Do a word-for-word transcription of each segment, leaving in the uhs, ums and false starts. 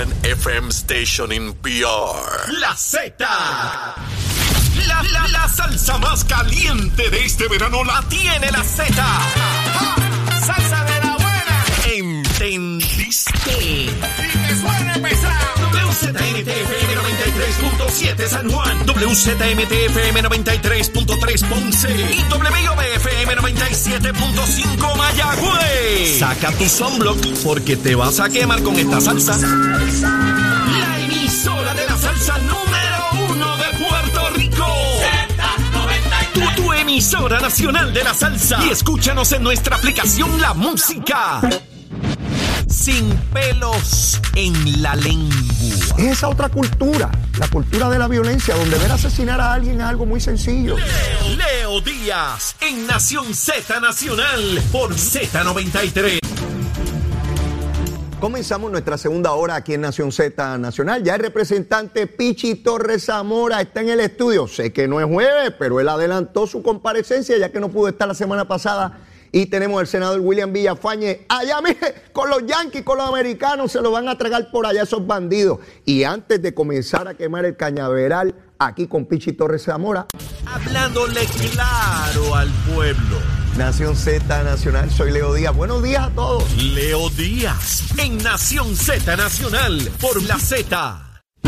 one F M station in P R. La Z. La, la, la salsa más caliente de este verano la tiene la Z. ¡Ja! Salsa de la buena. ¿Entendiste? Y que suene pesado. W Z M T F M noventa y tres punto siete San Juan, W Z M T F M noventa y tres punto tres Ponce y W O B F M noventa y siete punto cinco Mayagüez. Saca tu sunblock porque te vas a quemar con esta salsa. Salsa. La emisora de la salsa número uno de Puerto Rico. Z noventa y tres. Tu, tu emisora nacional de la salsa. Y escúchanos en nuestra aplicación La Música. Sin pelos en la lengua. Es esa otra cultura, la cultura de la violencia, donde ver asesinar a alguien es algo muy sencillo. Leo, Leo Díaz, en Nación Z Nacional, por Z noventa y tres. Comenzamos nuestra segunda hora aquí en Nación Z Nacional. Ya el representante Pichi Torres Zamora está en el estudio. Sé que no es jueves, pero él adelantó su comparecencia ya que no pudo estar la semana pasada. Y tenemos al senador William Villafañe allá, mire, con los yanquis, con los americanos, se lo van a tragar por allá esos bandidos. Y antes de comenzar a quemar el cañaveral, aquí con Pichi Torres Zamora. Hablándole claro al pueblo. Nación Z Nacional, soy Leo Díaz. Buenos días a todos. Leo Díaz, en Nación Z Nacional, por la Z.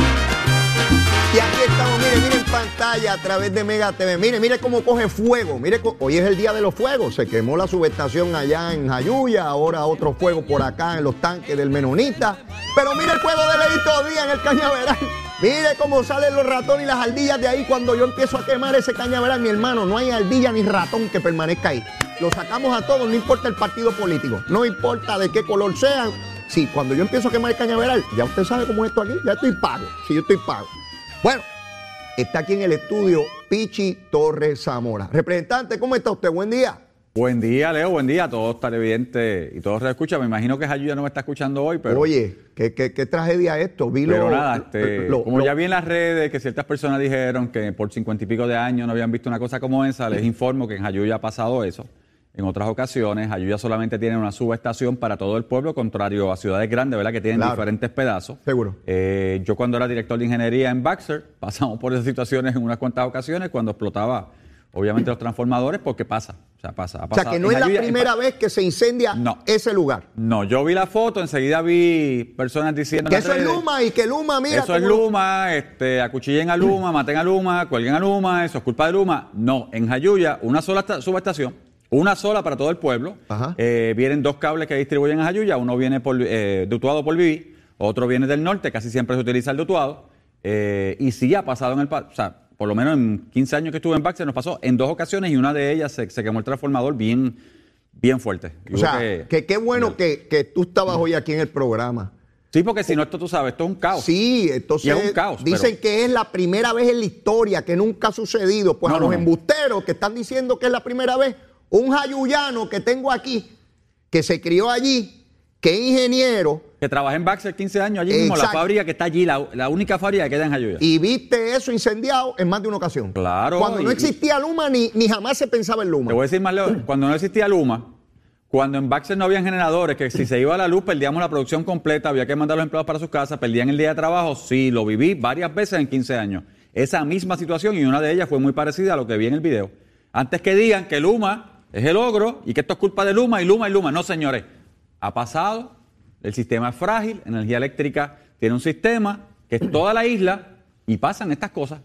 Y aquí estamos, mire, mire en pantalla a través de Mega T V. Mire, mire cómo coge fuego. Mire, hoy es el día de los fuegos. Se quemó la subestación allá en Jayuya, ahora otro fuego por acá en los tanques del Menonita. Pero mire el fuego de Leito Díaz en el cañaveral. Mire cómo salen los ratones y las ardillas de ahí cuando yo empiezo a quemar ese cañaveral. Mi hermano, no hay ardilla ni ratón que permanezca ahí. Lo sacamos a todos, no importa el partido político. No importa de qué color sean. Sí, cuando yo empiezo a quemar el cañaveral, ya usted sabe cómo es esto aquí. Ya estoy pago. Sí, yo estoy pago. Bueno, está aquí en el estudio Pichi Torres Zamora. Representante, ¿cómo está usted? Buen día. Buen día, Leo. Buen día a todos televidentes y todos reescuchan. Me imagino que Jayuya no me está escuchando hoy, pero... Oye, qué, qué, qué tragedia esto. Vi pero lo, nada, este, lo, como lo, ya vi en las redes que ciertas personas dijeron que por cincuenta y pico de años no habían visto una cosa como esa, les informo que en Jayuya ha pasado eso. En otras ocasiones, Jayuya solamente tiene una subestación para todo el pueblo, contrario a ciudades grandes, ¿verdad? Que tienen claro. diferentes pedazos. Seguro. Eh, yo cuando era director de ingeniería en Baxter, pasamos por esas situaciones en unas cuantas ocasiones cuando explotaba, obviamente, los transformadores, porque pasa. O sea, pasa. Ha pasado. O sea, que no en es Jayuya, la primera vez que se incendia no. ese lugar. No, yo vi la foto, enseguida vi personas diciendo... Que eso es Luma y que Luma, mira... Eso es Luma, este, acuchillen a Luma, maten a Luma, cuelguen a Luma, eso es culpa de Luma. No, en Jayuya, una sola subestación. Una sola para todo el pueblo. Eh, vienen dos cables que distribuyen a Jayuya. Uno viene por, eh, de Utuado por Viví, otro viene del norte, casi siempre se utiliza el de Utuado. Eh, y sí ha pasado en el... O sea, por lo menos en quince años que estuve en Baxter nos pasó en dos ocasiones y una de ellas se, se quemó el transformador bien, bien fuerte. Y o sea, que, que qué bueno que, que tú estabas hoy aquí en el programa. Sí, porque si no, esto tú sabes, esto es un caos. Sí, entonces y es un caos, dicen pero... que es la primera vez en la historia, que nunca ha sucedido. Pues no, a los no, embusteros que están diciendo que es la primera vez... Un jayuyano que tengo aquí, que se crió allí, que es ingeniero. Que trabaja en Baxter quince años allí mismo, la fábrica que está allí, la, la única fábrica que queda en Jayuya. Y viste eso incendiado en más de una ocasión. Claro. Cuando y, no existía Luma, ni, ni jamás se pensaba en Luma. Te voy a decir más, Leo, cuando no existía Luma, cuando en Baxter no habían generadores, que si se iba la luz perdíamos la producción completa, había que mandar a los empleados para sus casas, perdían el día de trabajo, sí, lo viví varias veces en quince años. Esa misma situación y una de ellas fue muy parecida a lo que vi en el video. Antes que digan que Luma... es el ogro y que esto es culpa de Luma y Luma y Luma. No, señores. Ha pasado, el sistema es frágil, energía eléctrica tiene un sistema que es toda la isla y pasan estas cosas.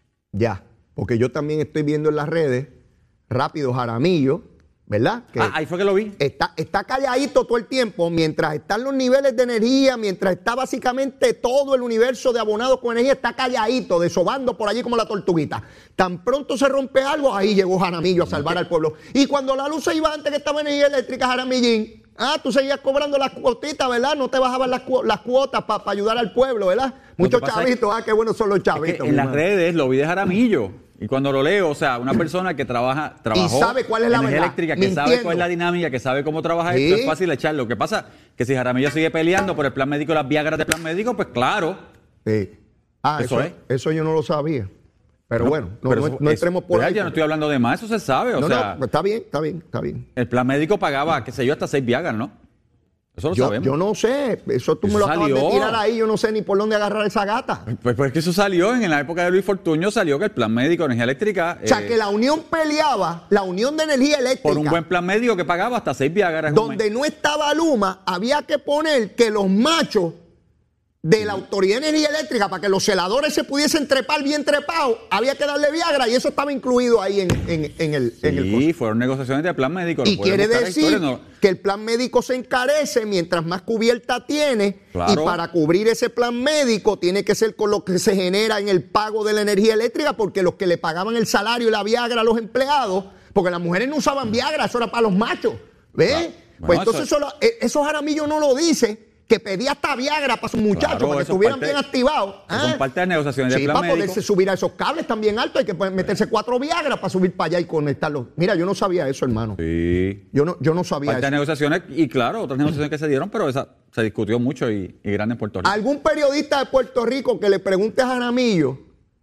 Ya, porque yo también estoy viendo en las redes, Rápido Jaramillo, ¿verdad? Que ah, ahí fue que lo vi. Está, está calladito todo el tiempo, mientras están los niveles de energía, mientras está básicamente todo el universo de abonados con energía, está calladito, desobando por allí como la tortuguita. Tan pronto se rompe algo, ahí llegó Jaramillo a salvar al pueblo. Y cuando la luz se iba antes que estaba energía eléctrica, Jaramillín, ah, tú seguías cobrando las cuotitas, ¿verdad? No te bajaban las, cu las cuotas para pa ayudar al pueblo, ¿verdad? Muchos chavitos, es, ah, qué buenos son los chavitos. Es que en las hermano. redes lo vi de Jaramillo. Y cuando lo leo, o sea, una persona que trabaja, trabajó y sabe cuál es la energía verdad, eléctrica, que mintiendo. sabe cuál es la dinámica, que sabe cómo trabaja ¿Sí? esto, es fácil echarlo. Lo que pasa que si Jaramillo sigue peleando por el plan médico, las viagras de plan médico, pues claro. Sí. Ah, eso, eso, es. eso yo no lo sabía. Pero no, bueno, no, pero no, eso, no entremos por ahí. Ya no estoy hablando de más, eso se sabe. O no, sea, no, está bien, está bien, está bien. El plan médico pagaba, qué sé yo, hasta seis viagras, ¿no? Eso lo yo, sabemos. yo no sé, eso tú Eso me lo acabas salió. de tirar ahí, yo no sé ni por dónde agarrar esa gata. Pues, pues que eso salió en la época de Luis Fortuño, salió que el plan médico de energía eléctrica... O sea, eh, que la Unión peleaba, la Unión de Energía Eléctrica, por un buen plan médico que pagaba hasta seis Viagra. en un donde mes. no estaba Luma, había que poner que los machos de la Autoridad de Energía Eléctrica, para que los celadores se pudiesen trepar bien trepados, había que darle Viagra y eso estaba incluido ahí en, en, en el, en el Sí, fueron negociaciones de plan médico. lo Y pueden quiere buscar en la decir historia, no- que el plan médico se encarece mientras más cubierta tiene, Claro. y para cubrir ese plan médico tiene que ser con lo que se genera en el pago de la energía eléctrica, porque los que le pagaban el salario y la Viagra a los empleados, porque las mujeres no usaban Viagra, eso era para los machos, ¿ves? Claro. Pues Bueno, entonces eso- eso lo- eh, eso Jaramillo no lo dice, que pedía hasta Viagra para sus muchachos, Claro, para que eso estuvieran parte- bien activados. eso ¿ah? son parte de negociaciones de Sí, plan para médico. poderse subir a esos cables también altos, hay que poder meterse cuatro Viagra para subir para allá y conectarlos. Mira, yo no sabía eso, hermano. Sí. Yo no, yo no sabía Parte de eso. negociaciones y claro, otras negociaciones que se dieron, pero esa se discutió mucho y, y grande en Puerto Rico. Algún periodista de Puerto Rico que le pregunte a Jaramillo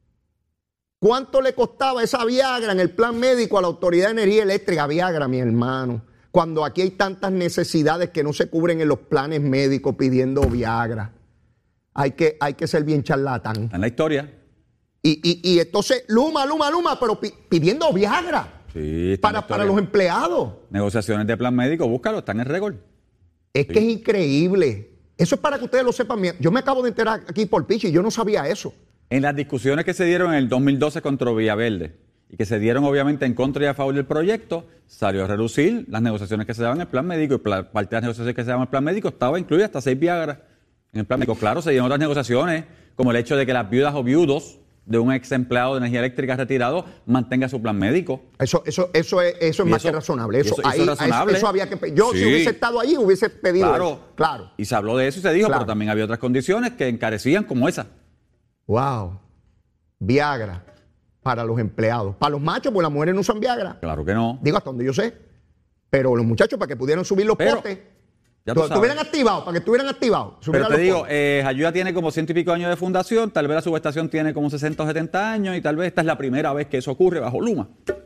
cuánto le costaba esa Viagra en el plan médico a la Autoridad de Energía Eléctrica. Viagra, mi hermano, cuando aquí hay tantas necesidades que no se cubren en los planes médicos pidiendo Viagra. Hay que, hay que ser bien charlatán. Está en la historia. Y, y, y entonces, Luma, Luma, Luma, pero pi- pidiendo Viagra Sí, está en la para, historia. para los empleados. Negociaciones de plan médico, búscalo, está en el récord. Es que es increíble. Eso es para que ustedes lo sepan. Yo me acabo de enterar aquí por Pichi y yo no sabía eso. En las discusiones que se dieron en el dos mil doce contra Villaverde y que se dieron obviamente en contra y a favor del proyecto, salió a relucir las negociaciones que se daban en el plan médico y pla- parte de las negociaciones que se daban en el plan médico estaba incluida hasta seis Viagra en el plan médico. Claro, se dieron otras negociaciones, como el hecho de que las viudas o viudos de un ex empleado de energía eléctrica retirado mantenga su plan médico. Eso, eso, eso es, eso es Y más eso- que razonable. y Eso, eso- eso ahí, es razonable. Eso, eso había que pe- Yo, si Sí. hubiese estado allí, hubiese pedido Claro, eso. Claro. Y se habló de eso y se dijo, Claro. pero también había otras condiciones que encarecían como esa. Wow. Viagra para los empleados. Para los machos, pues las mujeres no usan Viagra. Claro que no. Digo, hasta donde yo sé. Pero los muchachos, para que pudieran subir los Pero, potes, ya tú tu- estuvieran sabes. activados, para que estuvieran activados. Pero subieran te los digo, potes. eh, Jayuya tiene como ciento y pico años de fundación, tal vez la subestación tiene como sesenta o setenta años y tal vez esta es la primera vez que eso ocurre bajo Luma.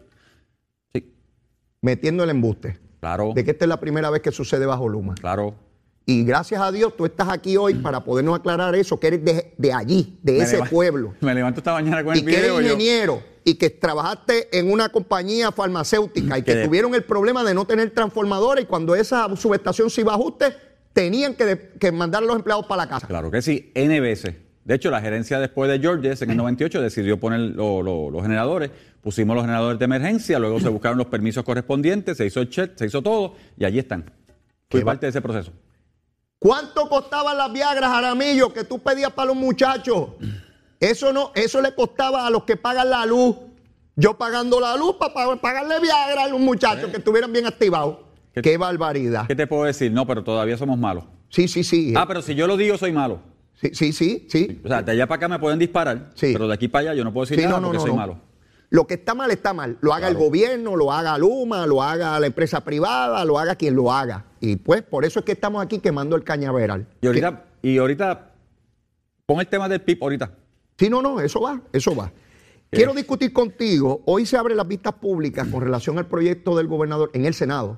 Sí, Metiendo el embuste. claro, De que esta es la primera vez que sucede bajo Luma. claro. Y gracias a Dios tú estás aquí hoy para podernos aclarar eso, que eres de, de allí, de Me ese leva- pueblo. Me levanto esta mañana con Y el que eres video. yo- ingeniero y que trabajaste en una compañía farmacéutica y que Que de- tuvieron el problema de no tener transformadores y cuando esa subestación se iba a ajuste, tenían que, de- que mandar a los empleados para la casa. Claro que sí, N veces. De hecho, la gerencia después de Georges en el noventa y ocho decidió poner lo- lo- los generadores. Pusimos los generadores de emergencia, luego se buscaron los permisos correspondientes, se hizo el check, se hizo todo y allí están. Fui Qué parte de ese proceso. ¿Cuánto costaban las Viagras, Jaramillo, que tú pedías para los muchachos? Eso no, eso le costaba a los que pagan la luz. Yo pagando la luz para pagarle Viagra a los muchachos que estuvieran bien activados. ¿Qué- Qué barbaridad. ¿Qué te puedo decir? No, pero todavía somos malos. Sí, sí, sí. Ah, pero si yo lo digo, soy malo. Sí, sí, sí, sí. O sea, de allá para acá me pueden disparar, Sí. pero de aquí para allá yo no puedo decir Sí, nada no, no, porque no, soy no. malo. Lo que está mal está mal. Lo haga el Claro. gobierno, lo haga Luma, lo haga la empresa privada, lo haga quien lo haga. Y pues por eso es que estamos aquí quemando el cañaveral. Y ahorita, y ahorita, pon el tema del P I B ahorita. Sí, no, no, eso va, eso va. Quiero discutir contigo. Hoy se abren las vistas públicas con relación al proyecto del gobernador en el Senado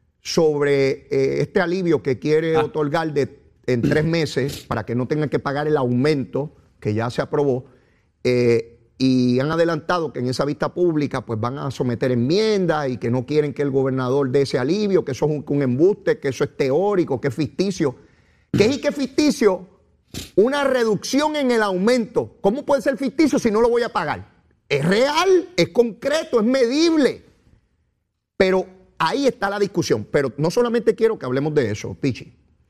sobre eh, este alivio que quiere Ah. otorgar de, en tres meses para que no tengan que pagar el aumento que ya se aprobó. Eh, y han adelantado que en esa vista pública pues van a someter enmiendas y que no quieren que el gobernador dé ese alivio, que eso es un, un embuste, que eso es teórico, que es ficticio. ¿Qué es y qué es ficticio? Una reducción en el aumento. ¿Cómo puede ser ficticio si no lo voy a pagar? Es real, es concreto, es medible. Pero ahí está la discusión. Pero no solamente quiero que hablemos de eso, Pichi.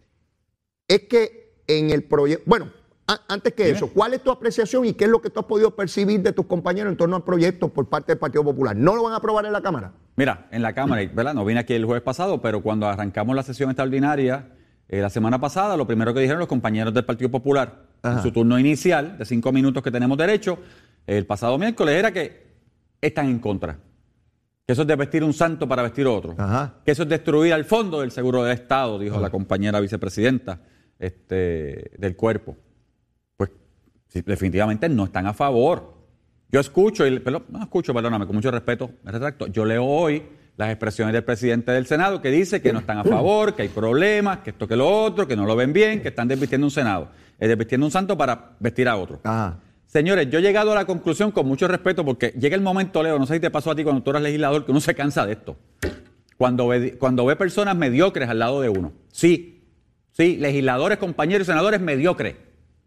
Es que en el proyecto... Bueno, a- antes que Dime. eso, ¿cuál es tu apreciación y qué es lo que tú has podido percibir de tus compañeros en torno al proyecto por parte del Partido Popular? ¿No lo van a aprobar en la Cámara? Mira, en la Cámara, ¿verdad? No vine aquí el jueves pasado, pero cuando arrancamos la sesión extraordinaria eh, la semana pasada, lo primero que dijeron los compañeros del Partido Popular Ajá. en su turno inicial de cinco minutos que tenemos derecho, el pasado miércoles, era que están en contra. Que eso es de vestir un santo para vestir otro. Ajá. Que eso es destruir al fondo del seguro del Estado, dijo la compañera vicepresidenta este, del cuerpo. Pues sí, definitivamente no están a favor. Yo escucho, y, perdón, no escucho, perdóname, con mucho respeto, me retracto. Yo leo hoy las expresiones del presidente del Senado que dice que no están a favor, que hay problemas, que esto, que lo otro, que no lo ven bien, que están desvistiendo un Senado, eh, desvistiendo un santo para vestir a otro. Ajá. Señores, yo he llegado a la conclusión con mucho respeto porque llega el momento, Leo, no sé si te pasó a ti cuando tú eras legislador, que uno se cansa de esto. Cuando ve, cuando ve personas mediocres al lado de uno. Sí, sí, legisladores, compañeros y senadores mediocres.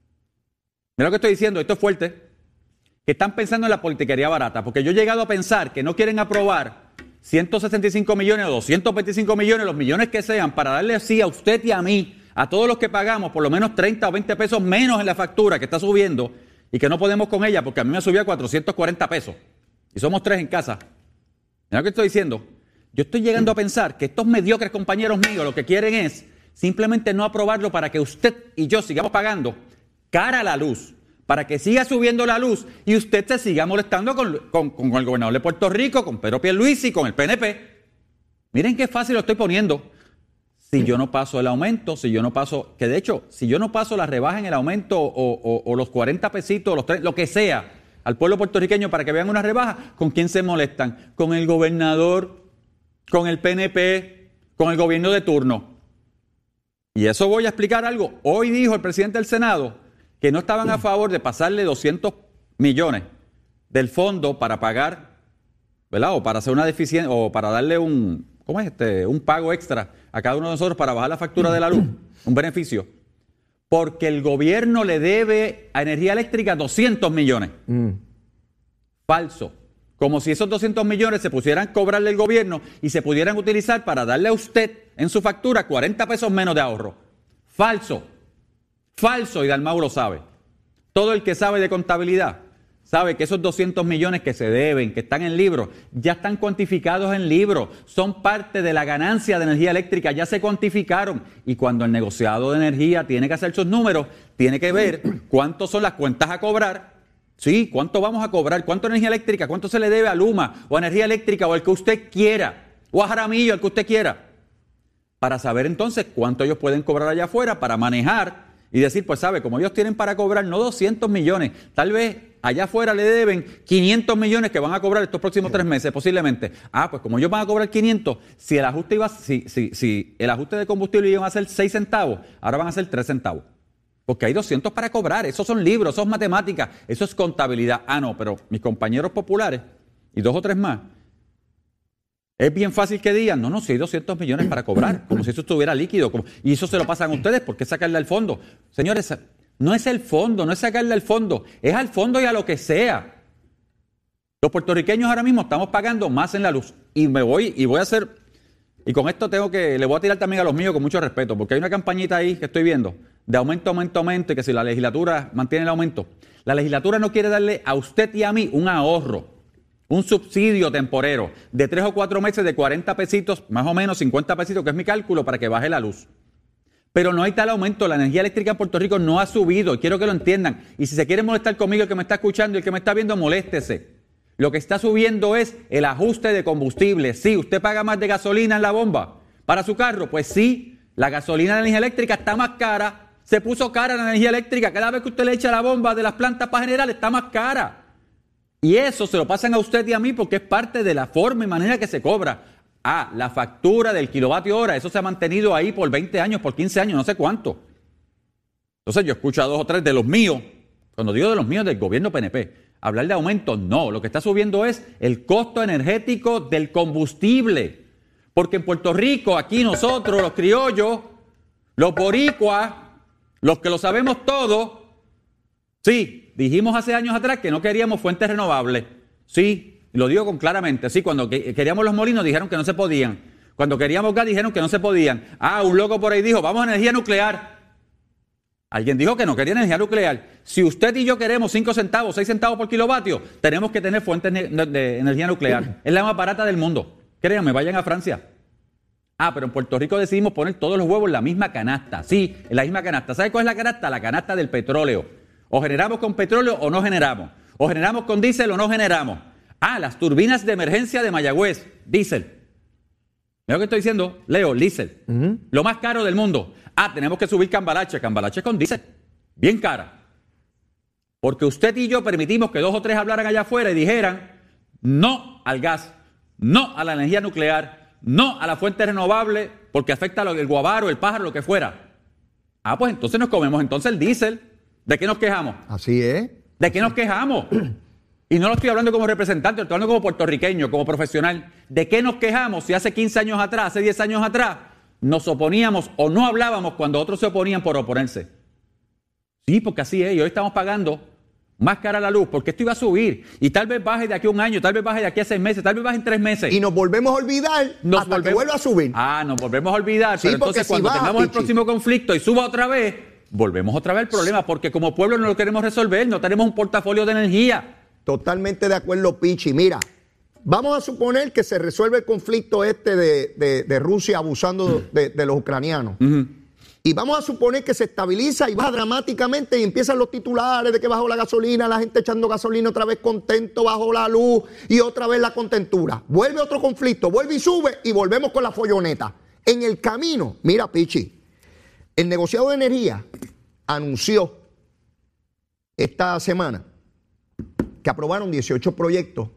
Mira lo que estoy diciendo, esto es fuerte, que están pensando en la politiquería barata, porque yo he llegado a pensar que no quieren aprobar ciento sesenta y cinco millones o doscientos veinticinco millones, los millones que sean, para darle así a usted y a mí, a todos los que pagamos por lo menos treinta o veinte pesos menos en la factura que está subiendo y que no podemos con ella porque a mí me subió a cuatrocientos cuarenta pesos y somos tres en casa. Mira lo que estoy diciendo. Yo estoy llegando a pensar que estos mediocres compañeros míos lo que quieren es simplemente no aprobarlo para que usted y yo sigamos pagando cara a la luz, para que siga subiendo la luz y usted se siga molestando con, con, con el gobernador de Puerto Rico, con Pedro Pierluisi, con el P N P. Miren qué fácil lo estoy poniendo. Si yo no paso el aumento, si yo no paso, que de hecho, si yo no paso la rebaja en el aumento o, o, o los cuarenta pesitos, los tres, lo que sea, al pueblo puertorriqueño para que vean una rebaja, ¿con quién se molestan? Con el gobernador, con el P N P, con el gobierno de turno. Y eso voy a explicar algo. Hoy dijo el presidente del Senado que no estaban a favor de pasarle doscientos millones del fondo para pagar, ¿verdad? O para hacer una deficiencia, o para darle un, ¿cómo es este? Un pago extra a cada uno de nosotros para bajar la factura de la luz, un beneficio. Porque el gobierno le debe a energía eléctrica doscientos millones. Mm. Falso. Como si esos doscientos millones se pusieran a cobrarle el gobierno y se pudieran utilizar para darle a usted en su factura cuarenta pesos menos de ahorro. Falso. Falso, y Dalmau lo sabe. Todo el que sabe de contabilidad sabe que esos doscientos millones que se deben, que están en libros, ya están cuantificados en libros, son parte de la ganancia de energía eléctrica, ya se cuantificaron. Y cuando el negociado de energía tiene que hacer sus números, tiene que ver cuántos son las cuentas a cobrar. Sí, cuánto vamos a cobrar, cuánto energía eléctrica, cuánto se le debe a Luma, o a energía eléctrica, o al que usted quiera, o a Jaramillo, al que usted quiera. Para saber entonces cuánto ellos pueden cobrar allá afuera, para manejar y decir, pues sabe, como ellos tienen para cobrar no doscientos millones, tal vez allá afuera le deben quinientos millones que van a cobrar estos próximos tres meses, posiblemente. Ah, pues como ellos van a cobrar quinientos, si el ajuste iba, si, si, si el ajuste de combustible iba a ser seis centavos, ahora van a ser tres centavos. Porque hay doscientos para cobrar, esos son libros, eso es matemáticas, eso es contabilidad. Ah, no, pero mis compañeros populares y dos o tres más, es bien fácil que digan, no, no, si hay doscientos millones para cobrar, como si eso estuviera líquido, como, y eso se lo pasan a ustedes, ¿por qué sacarle al fondo? Señores, no es el fondo, no es sacarle al fondo, es al fondo y a lo que sea. Los puertorriqueños ahora mismo estamos pagando más en la luz, y me voy, y voy a hacer, y con esto tengo que, le voy a tirar también a los míos con mucho respeto, porque hay una campañita ahí que estoy viendo, de aumento, aumento, aumento, y que si la legislatura mantiene el aumento, la legislatura no quiere darle a usted y a mí un ahorro, un subsidio temporero de tres o cuatro meses de cuarenta pesitos, más o menos cincuenta pesitos, que es mi cálculo, para que baje la luz. Pero no hay tal aumento, la energía eléctrica en Puerto Rico no ha subido, y quiero que lo entiendan. Y si se quiere molestar conmigo, el que me está escuchando y el que me está viendo, moléstese. Lo que está subiendo es el ajuste de combustible. Sí, usted paga más de gasolina en la bomba para su carro, pues sí, la gasolina de energía eléctrica está más cara, se puso cara la energía eléctrica, cada vez que usted le echa la bomba de las plantas para generar está más cara. Y eso se lo pasan a usted y a mí porque es parte de la forma y manera que se cobra. Ah, la factura del kilovatio hora, eso se ha mantenido ahí por veinte años, por quince años, no sé cuánto. Entonces yo escucho a dos o tres de los míos, cuando digo de los míos del gobierno P N P, hablar de aumento, no, lo que está subiendo es el costo energético del combustible. Porque en Puerto Rico, aquí nosotros, los criollos, los boricuas, los que lo sabemos todo, sí, dijimos hace años atrás que no queríamos fuentes renovables. Sí, lo digo con claramente. Sí, cuando queríamos los molinos dijeron que no se podían. Cuando queríamos gas dijeron que no se podían. Ah, un loco por ahí dijo, vamos a energía nuclear. Alguien dijo que no quería energía nuclear. Si usted y yo queremos cinco centavos, seis centavos por kilovatio, tenemos que tener fuentes de energía nuclear. Es la más barata del mundo. Créanme, vayan a Francia. Ah, pero en Puerto Rico decidimos poner todos los huevos en la misma canasta. Sí, en la misma canasta. ¿Sabe cuál es la canasta? La canasta del petróleo. O generamos con petróleo o no generamos. O generamos con diésel o no generamos. Ah, las turbinas de emergencia de Mayagüez, diésel. ¿Mira lo que estoy diciendo? Leo, diésel. Uh-huh. Lo más caro del mundo. Ah, tenemos que subir Cambalache. Cambalache con diésel. Bien cara. Porque usted y yo permitimos que dos o tres hablaran allá afuera y dijeran no al gas. no a la energía nuclear, no a la fuente renovable, porque afecta el guabaro, el pájaro, lo que fuera. Ah, pues entonces nos comemos entonces el diésel. ¿De qué nos quejamos? Así es. ¿De qué nos quejamos? Y no lo estoy hablando como representante, lo estoy hablando como puertorriqueño, como profesional. ¿De qué nos quejamos si hace quince años atrás, hace diez años atrás, nos oponíamos o no hablábamos cuando otros se oponían por oponerse? Sí, porque así es. Y hoy estamos pagando más cara la luz, porque esto iba a subir. Y tal vez baje de aquí a un año, tal vez baje de aquí a seis meses, tal vez baje en tres meses. Y nos volvemos a olvidar nos hasta volvemos, que vuelva a subir. Ah, nos volvemos a olvidar. Sí, pero entonces si cuando baja, tengamos el Pichi. próximo conflicto y suba otra vez, volvemos otra vez al problema, porque como pueblo no lo queremos resolver, no tenemos un portafolio de energía. Totalmente de acuerdo, Pichi. Mira, vamos a suponer que se resuelve el conflicto este de, de, de Rusia abusando de, de los ucranianos. Uh-huh. Y vamos a suponer que se estabiliza y baja dramáticamente y empiezan los titulares de que bajó la gasolina, la gente echando gasolina otra vez contento, bajó la luz y otra vez la contentura. Vuelve otro conflicto, vuelve y sube y volvemos con la folloneta. En el camino, mira, Pichi, el negociado de energía anunció esta semana que aprobaron dieciocho proyectos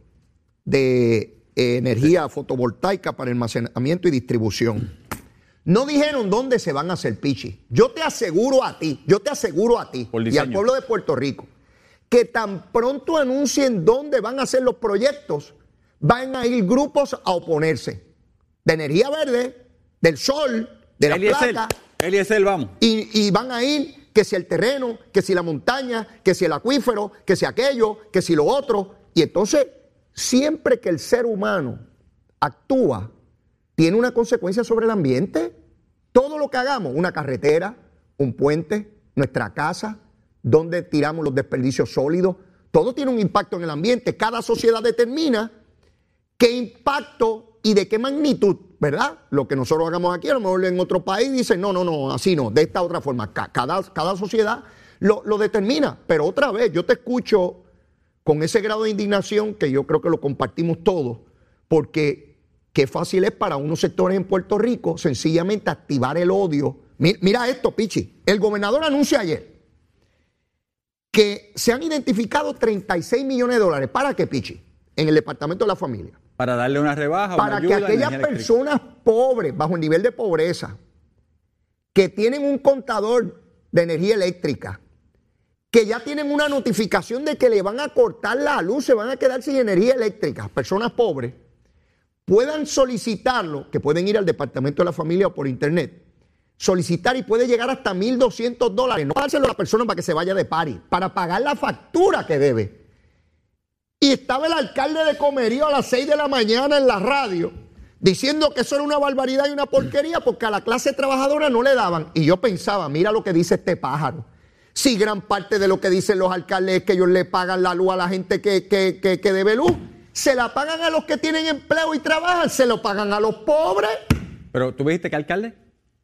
de eh, energía fotovoltaica para almacenamiento y distribución. No dijeron dónde se van a hacer, Pichi. Yo te aseguro a ti, yo te aseguro a ti y al pueblo de Puerto Rico que tan pronto anuncien dónde van a hacer los proyectos, van a ir grupos a oponerse. De energía verde, del sol, de la Eliezer, placa. Eliezer, vamos. Y, y van a ir que si el terreno, que si la montaña, que si el acuífero, que si aquello, que si lo otro. Y entonces, siempre que el ser humano actúa, tiene una consecuencia sobre el ambiente. Todo lo que hagamos, una carretera, un puente, nuestra casa, donde tiramos los desperdicios sólidos, todo tiene un impacto en el ambiente. Cada sociedad determina qué impacto y de qué magnitud, ¿verdad? Lo que nosotros hagamos aquí, a lo mejor en otro país dicen, no, no, no, así no, de esta otra forma. Cada, cada sociedad lo, lo determina. Pero otra vez, yo te escucho con ese grado de indignación que yo creo que lo compartimos todos, porque qué fácil es para unos sectores en Puerto Rico sencillamente activar el odio. Mira, mira esto, Pichi. El gobernador anuncia ayer que se han identificado treinta y seis millones de dólares. ¿Para qué, Pichi? En el Departamento de la Familia. Para darle una rebaja, Para una ayuda, que aquellas personas pobres, bajo el nivel de pobreza, que tienen un contador de energía eléctrica, que ya tienen una notificación de que le van a cortar la luz, se van a quedar sin energía eléctrica, personas pobres, puedan solicitarlo, que pueden ir al Departamento de la Familia o por internet, solicitar y puede llegar hasta mil doscientos dólares, no dárselo a la persona para que se vaya de party, para pagar la factura que debe. Y estaba el alcalde de Comerío a las seis de la mañana en la radio diciendo que eso era una barbaridad y una porquería porque a la clase trabajadora no le daban. Y yo pensaba, mira lo que dice este pájaro. Si gran parte de lo que dicen los alcaldes es que ellos le pagan la luz a la gente que, que, que, que debe luz, se la pagan a los que tienen empleo y trabajan, se lo pagan a los pobres. Pero tú dijiste que alcalde.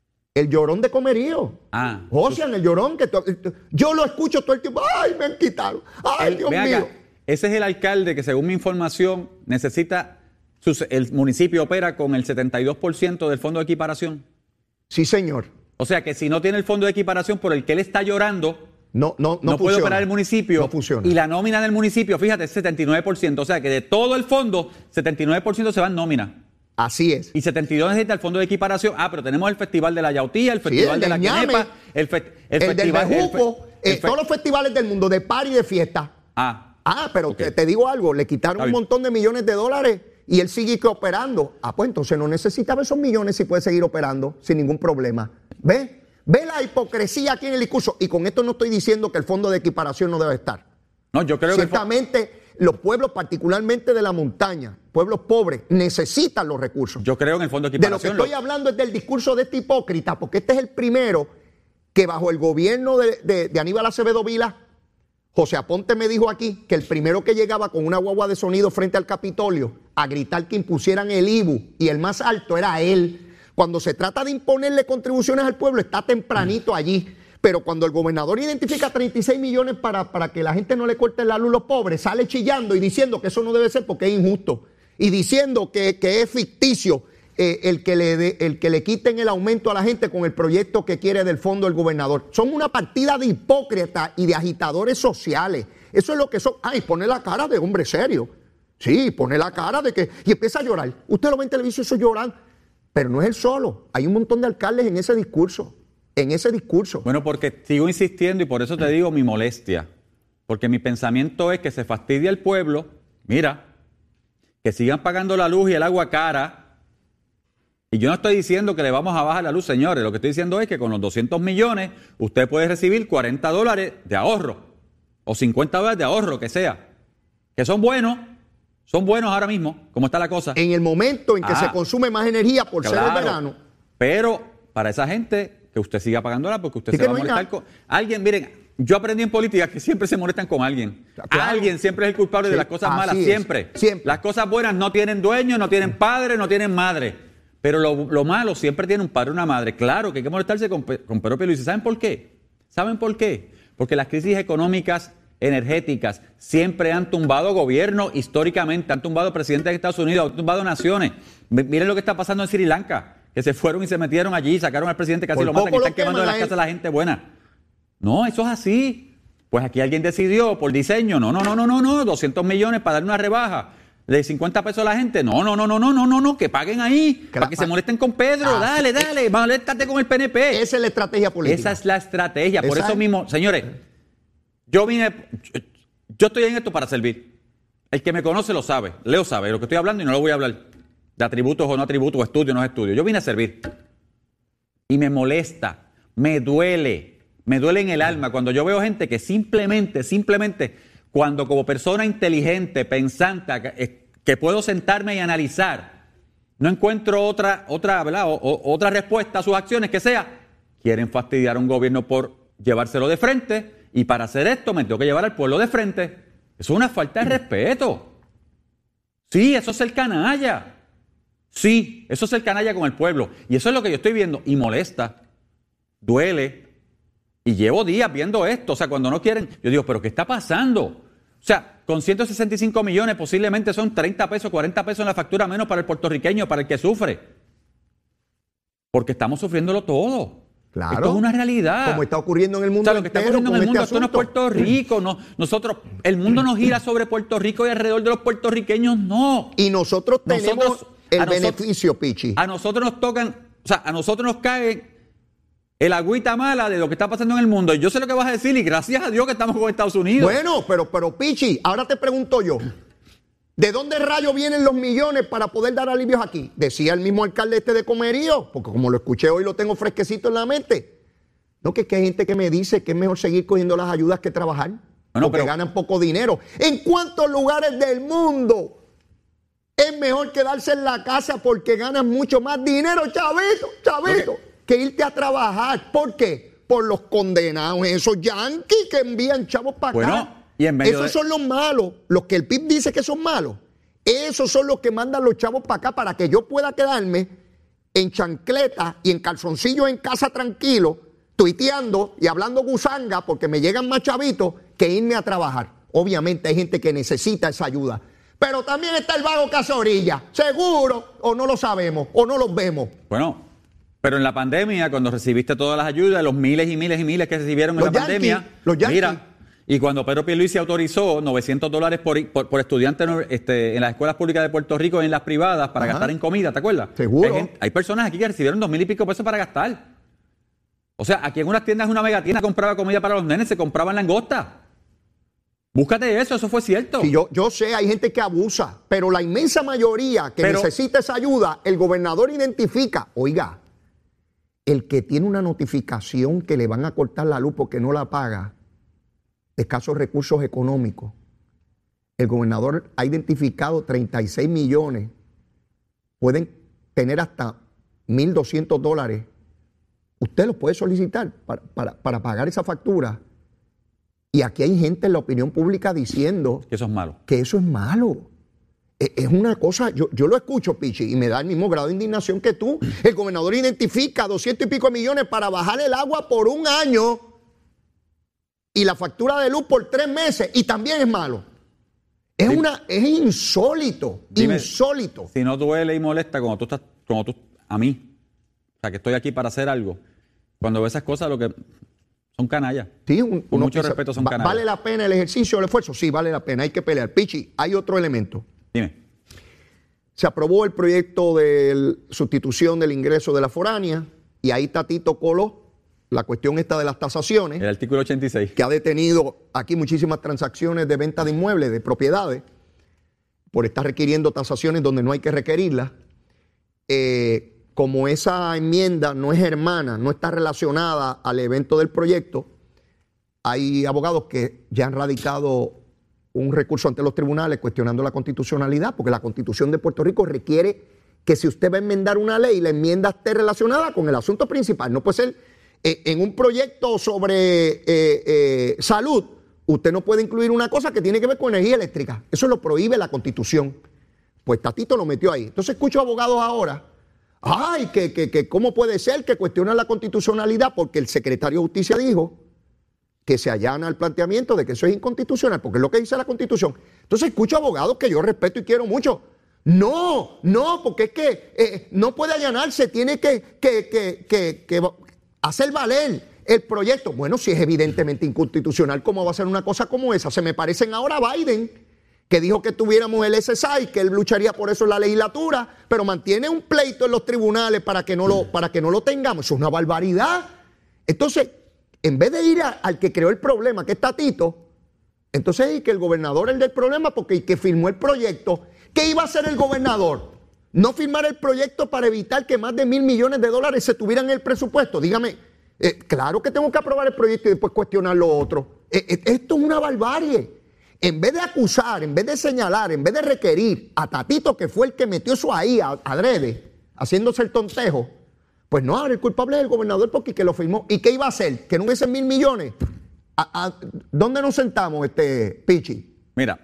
El Llorón de Comerío. Ah. Ocean, el Llorón, que to, yo lo escucho todo el tiempo. ¡Ay, me han quitado! ¡Ay, El, Dios mío! acá, ese es el alcalde que, según mi información, necesita, sus, el municipio opera con el setenta y dos por ciento del fondo de equiparación. Sí, señor. O sea que si no tiene el fondo de equiparación por el que él está llorando, no, no, no, no puede operar el municipio. No funciona. Y la nómina del municipio, fíjate, es setenta y nueve por ciento. O sea que de todo el fondo, setenta y nueve por ciento se va en nómina. Así es. Y setenta y dos necesita el fondo de equiparación. Ah, pero tenemos el Festival de la Yautía, el Festival sí, el de la Ñame, Quenepa, el, fe, el, el festival del Bejuco, el fe, el eh, todos los festivales del mundo, de party y de fiesta. Ah. Ah, pero okay. te, te digo algo, le quitaron un montón de millones de dólares y él sigue operando. Ah, pues entonces no necesitaba esos millones si puede seguir operando sin ningún problema. ¿Ves? Ve la hipocresía aquí en el discurso. Y con esto no estoy diciendo que el fondo de equiparación no debe estar. No, yo creo Ciertamente, que los pueblos, particularmente de la montaña, pueblos pobres, necesitan los recursos. Yo creo en el fondo de De lo equiparación. que estoy hablando es del discurso de este hipócrita, porque este es el primero que bajo el gobierno de, de, de Aníbal Acevedo Vila, José Aponte me dijo aquí que el primero que llegaba con una guagua de sonido frente al Capitolio a gritar que impusieran el I B U y el más alto era él. Cuando se trata de imponerle contribuciones al pueblo, está tempranito allí. Pero cuando el gobernador identifica treinta y seis millones para, para que la gente no le corte la luz a los pobres, sale chillando y diciendo que eso no debe ser porque es injusto. Y diciendo que, que es ficticio eh, el, que le de, el que le quiten el aumento a la gente con el proyecto que quiere del fondo del gobernador. Son una partida de hipócritas y de agitadores sociales. Eso es lo que son. Ay, pone la cara de hombre serio. Sí, pone la cara de que... Y empieza a llorar. Usted lo ve en televisión, eso lloran. Pero no es él solo. Hay un montón de alcaldes en ese discurso. En ese discurso. Bueno, porque sigo insistiendo y por eso te digo mi molestia. Porque mi pensamiento es que se fastidia el pueblo. Mira, que sigan pagando la luz y el agua cara. Y yo no estoy diciendo que le vamos a bajar la luz, señores. Lo que estoy diciendo es que con los doscientos millones usted puede recibir cuarenta dólares de ahorro. O cincuenta dólares de ahorro, que sea. Que son buenos. Son buenos ahora mismo, como está la cosa. En el momento en que ah, se consume más energía por claro, ser el verano. Pero para esa gente, que usted siga pagándola porque usted sí se va no a molestar nada. con... Alguien, miren, yo aprendí en política que siempre se molestan con alguien. Claro. Alguien siempre es el culpable Sí, de las cosas así malas, es. siempre. Siempre. Las cosas buenas no tienen dueño, no tienen padre, no tienen madre. Pero lo, lo malo siempre tiene un padre y una madre. Claro que hay que molestarse con, con Pedro Pierluisi. ¿Saben por qué? ¿Saben por qué? Porque las crisis económicas energéticas siempre han tumbado gobiernos históricamente, han tumbado presidentes de Estados Unidos, han tumbado naciones. M- miren lo que está pasando en Sri Lanka, que se fueron y se metieron allí, sacaron al presidente, casi Por lo matan y poco lo están quemando de queman las a casas a la gente buena. No, eso es así. Pues aquí alguien decidió por diseño, no, no, no, no, no, no, doscientos millones para darle una rebaja de cincuenta pesos a la gente. No, no, no, no, no, no, no, no, que paguen ahí, Que para la que pa- se molesten con Pedro. Ah, dale, dale, moléstate con el P N P. Esa es la estrategia política. Esa es la estrategia. Por Esa eso es. mismo, señores, yo vine, yo, yo estoy en esto para servir. El que me conoce lo sabe, Leo sabe lo que estoy hablando y no lo voy a hablar de atributos o no atributos, o estudios o no estudios. Yo vine a servir. Y me molesta, me duele, me duele en el alma cuando yo veo gente que simplemente, simplemente, cuando como persona inteligente, pensante, que, que puedo sentarme y analizar, no encuentro otra, otra, ¿verdad? O, o, otra respuesta a sus acciones que sea, quieren fastidiar a un gobierno por llevárselo de frente, y para hacer esto me tengo que llevar al pueblo de frente. Eso es una falta de respeto. Sí, eso es el canalla. Sí, eso es el canalla con el pueblo. Y eso es lo que yo estoy viendo. Y molesta, duele. Y llevo días viendo esto. O sea, cuando no quieren, yo digo, ¿pero qué está pasando? O sea, con ciento sesenta y cinco millones posiblemente son treinta pesos, cuarenta pesos en la factura menos para el puertorriqueño, para el que sufre. Porque estamos sufriéndolo todo. Claro. Esto es una realidad. Como está ocurriendo en el mundo O sea, lo que está entero ocurriendo en el con mundo, este esto no es asunto. Puerto Rico. No, nosotros, el mundo no gira sobre Puerto Rico y alrededor de los puertorriqueños, no. Y nosotros tenemos Nosotros- el a nosotros- beneficio, Pichi. A nosotros nos tocan, o sea, a nosotros nos cae el agüita mala de lo que está pasando en el mundo. Y yo sé lo que vas a decir y gracias a Dios que estamos con Estados Unidos. Bueno, pero, pero Pichi, ahora te pregunto yo. ¿De dónde rayos vienen los millones para poder dar alivios aquí? Decía el mismo alcalde este de Comerío, porque como lo escuché hoy lo tengo fresquecito en la mente. No, que, es que hay gente que me dice que es mejor seguir cogiendo las ayudas que trabajar. Bueno, porque pero- ganan poco dinero. ¿En cuántos lugares del mundo es mejor quedarse en la casa porque ganan mucho más dinero, chavito, chavito, Ok. que irte a trabajar? ¿Por qué? Por los condenados, esos yanquis que envían chavos para Bueno, acá. y en medio Esos de- son los malos, los que el P I B dice que son malos. Esos son los que mandan los chavos para acá para que yo pueda quedarme en chancleta y en calzoncillos en casa tranquilo, tuiteando y hablando gusanga porque me llegan más chavitos que irme a trabajar. Obviamente hay gente que necesita esa ayuda. Pero también está el vago Casorilla. Seguro, o no lo sabemos, o no los vemos. Bueno, pero en la pandemia, cuando recibiste todas las ayudas, los miles y miles y miles que recibieron en Los la yanquis, pandemia, los yanquis. mira, y cuando Pedro Pierluisi autorizó novecientos dólares por, por, por estudiante este, en las escuelas públicas de Puerto Rico y en las privadas para Ajá. gastar en comida, ¿te acuerdas? Seguro. Hay, gente- hay personas aquí que recibieron dos mil y pico pesos para gastar. O sea, aquí en unas tiendas, una mega tienda compraba comida para los nenes, se compraban langostas. Búscate eso, eso fue cierto. Sí, yo, yo sé, hay gente que abusa, pero la inmensa mayoría que Pero- necesita esa ayuda, el gobernador identifica, oiga, el que tiene una notificación que le van a cortar la luz porque no la paga, escasos recursos económicos. El gobernador ha identificado treinta y seis millones, pueden tener hasta mil doscientos dólares. Usted los puede solicitar para, para, para pagar esa factura. Y aquí hay gente en la opinión pública diciendo Que eso es malo. que eso es malo. E- Es una cosa, yo, yo lo escucho, Pichi, y me da el mismo grado de indignación que tú. El gobernador identifica doscientos y pico millones para bajar el agua por un año y la factura de luz por tres meses, y también es malo. Es Dime- una, es insólito, Dime- insólito. Si no duele y molesta cuando tú estás, cuando tú, a mí, o sea, que estoy aquí para hacer algo, cuando veo esas cosas, lo que son canallas. Sí, un- Con uno mucho piensa, respeto son ¿va- canallas. ¿Vale la pena el ejercicio, el esfuerzo? Sí, vale la pena, hay que pelear. Pichi, hay otro elemento. Dime. Se aprobó el proyecto de sustitución del ingreso de la foránea y ahí Tatito coló la cuestión esta de las tasaciones. El artículo ochenta y seis. Que ha detenido aquí muchísimas transacciones de venta de inmuebles, de propiedades, por estar requiriendo tasaciones donde no hay que requerirlas. Eh, como esa enmienda no es hermana, no está relacionada al evento del proyecto, hay abogados que ya han radicado un recurso ante los tribunales cuestionando la constitucionalidad, porque la Constitución de Puerto Rico requiere que si usted va a enmendar una ley, la enmienda esté relacionada con el asunto principal. No puede ser eh, en un proyecto sobre eh, eh, salud, usted no puede incluir una cosa que tiene que ver con energía eléctrica. Eso lo prohíbe la Constitución. Pues Tatito lo metió ahí. Entonces escucho abogados ahora, ay, que, que, que cómo puede ser que cuestionan la constitucionalidad, porque el secretario de Justicia dijo que se allana el planteamiento de que eso es inconstitucional, porque es lo que dice la Constitución. Entonces escucho abogados que yo respeto y quiero mucho. No, no, porque es que eh, no puede allanarse, tiene que, que, que, que, que hacer valer el proyecto. Bueno, si es evidentemente inconstitucional, ¿cómo va a ser una cosa como esa? Se me parecen ahora a Biden, que dijo que tuviéramos el S S I, que él lucharía por eso en la legislatura, pero mantiene un pleito en los tribunales para que no lo, para que no lo tengamos. Eso es una barbaridad. Entonces, en vez de ir a, al que creó el problema, que es Tatito, entonces y que el gobernador es el del problema, porque el que firmó el proyecto, ¿qué iba a hacer el gobernador? No firmar el proyecto para evitar que más de mil millones de dólares se tuvieran en el presupuesto. Dígame, eh, claro que tengo que aprobar el proyecto y después cuestionar lo otro. Eh, eh, esto es una barbarie. En vez de acusar, en vez de señalar, en vez de requerir a Tatito, que fue el que metió eso ahí, a, adrede, haciéndose el tontejo, pues no, ahora el culpable es el gobernador porque que lo firmó. ¿Y qué iba a hacer? ¿Que no hubiesen mil millones? ¿A, a, ¿Dónde nos sentamos, este Pichi? Mira,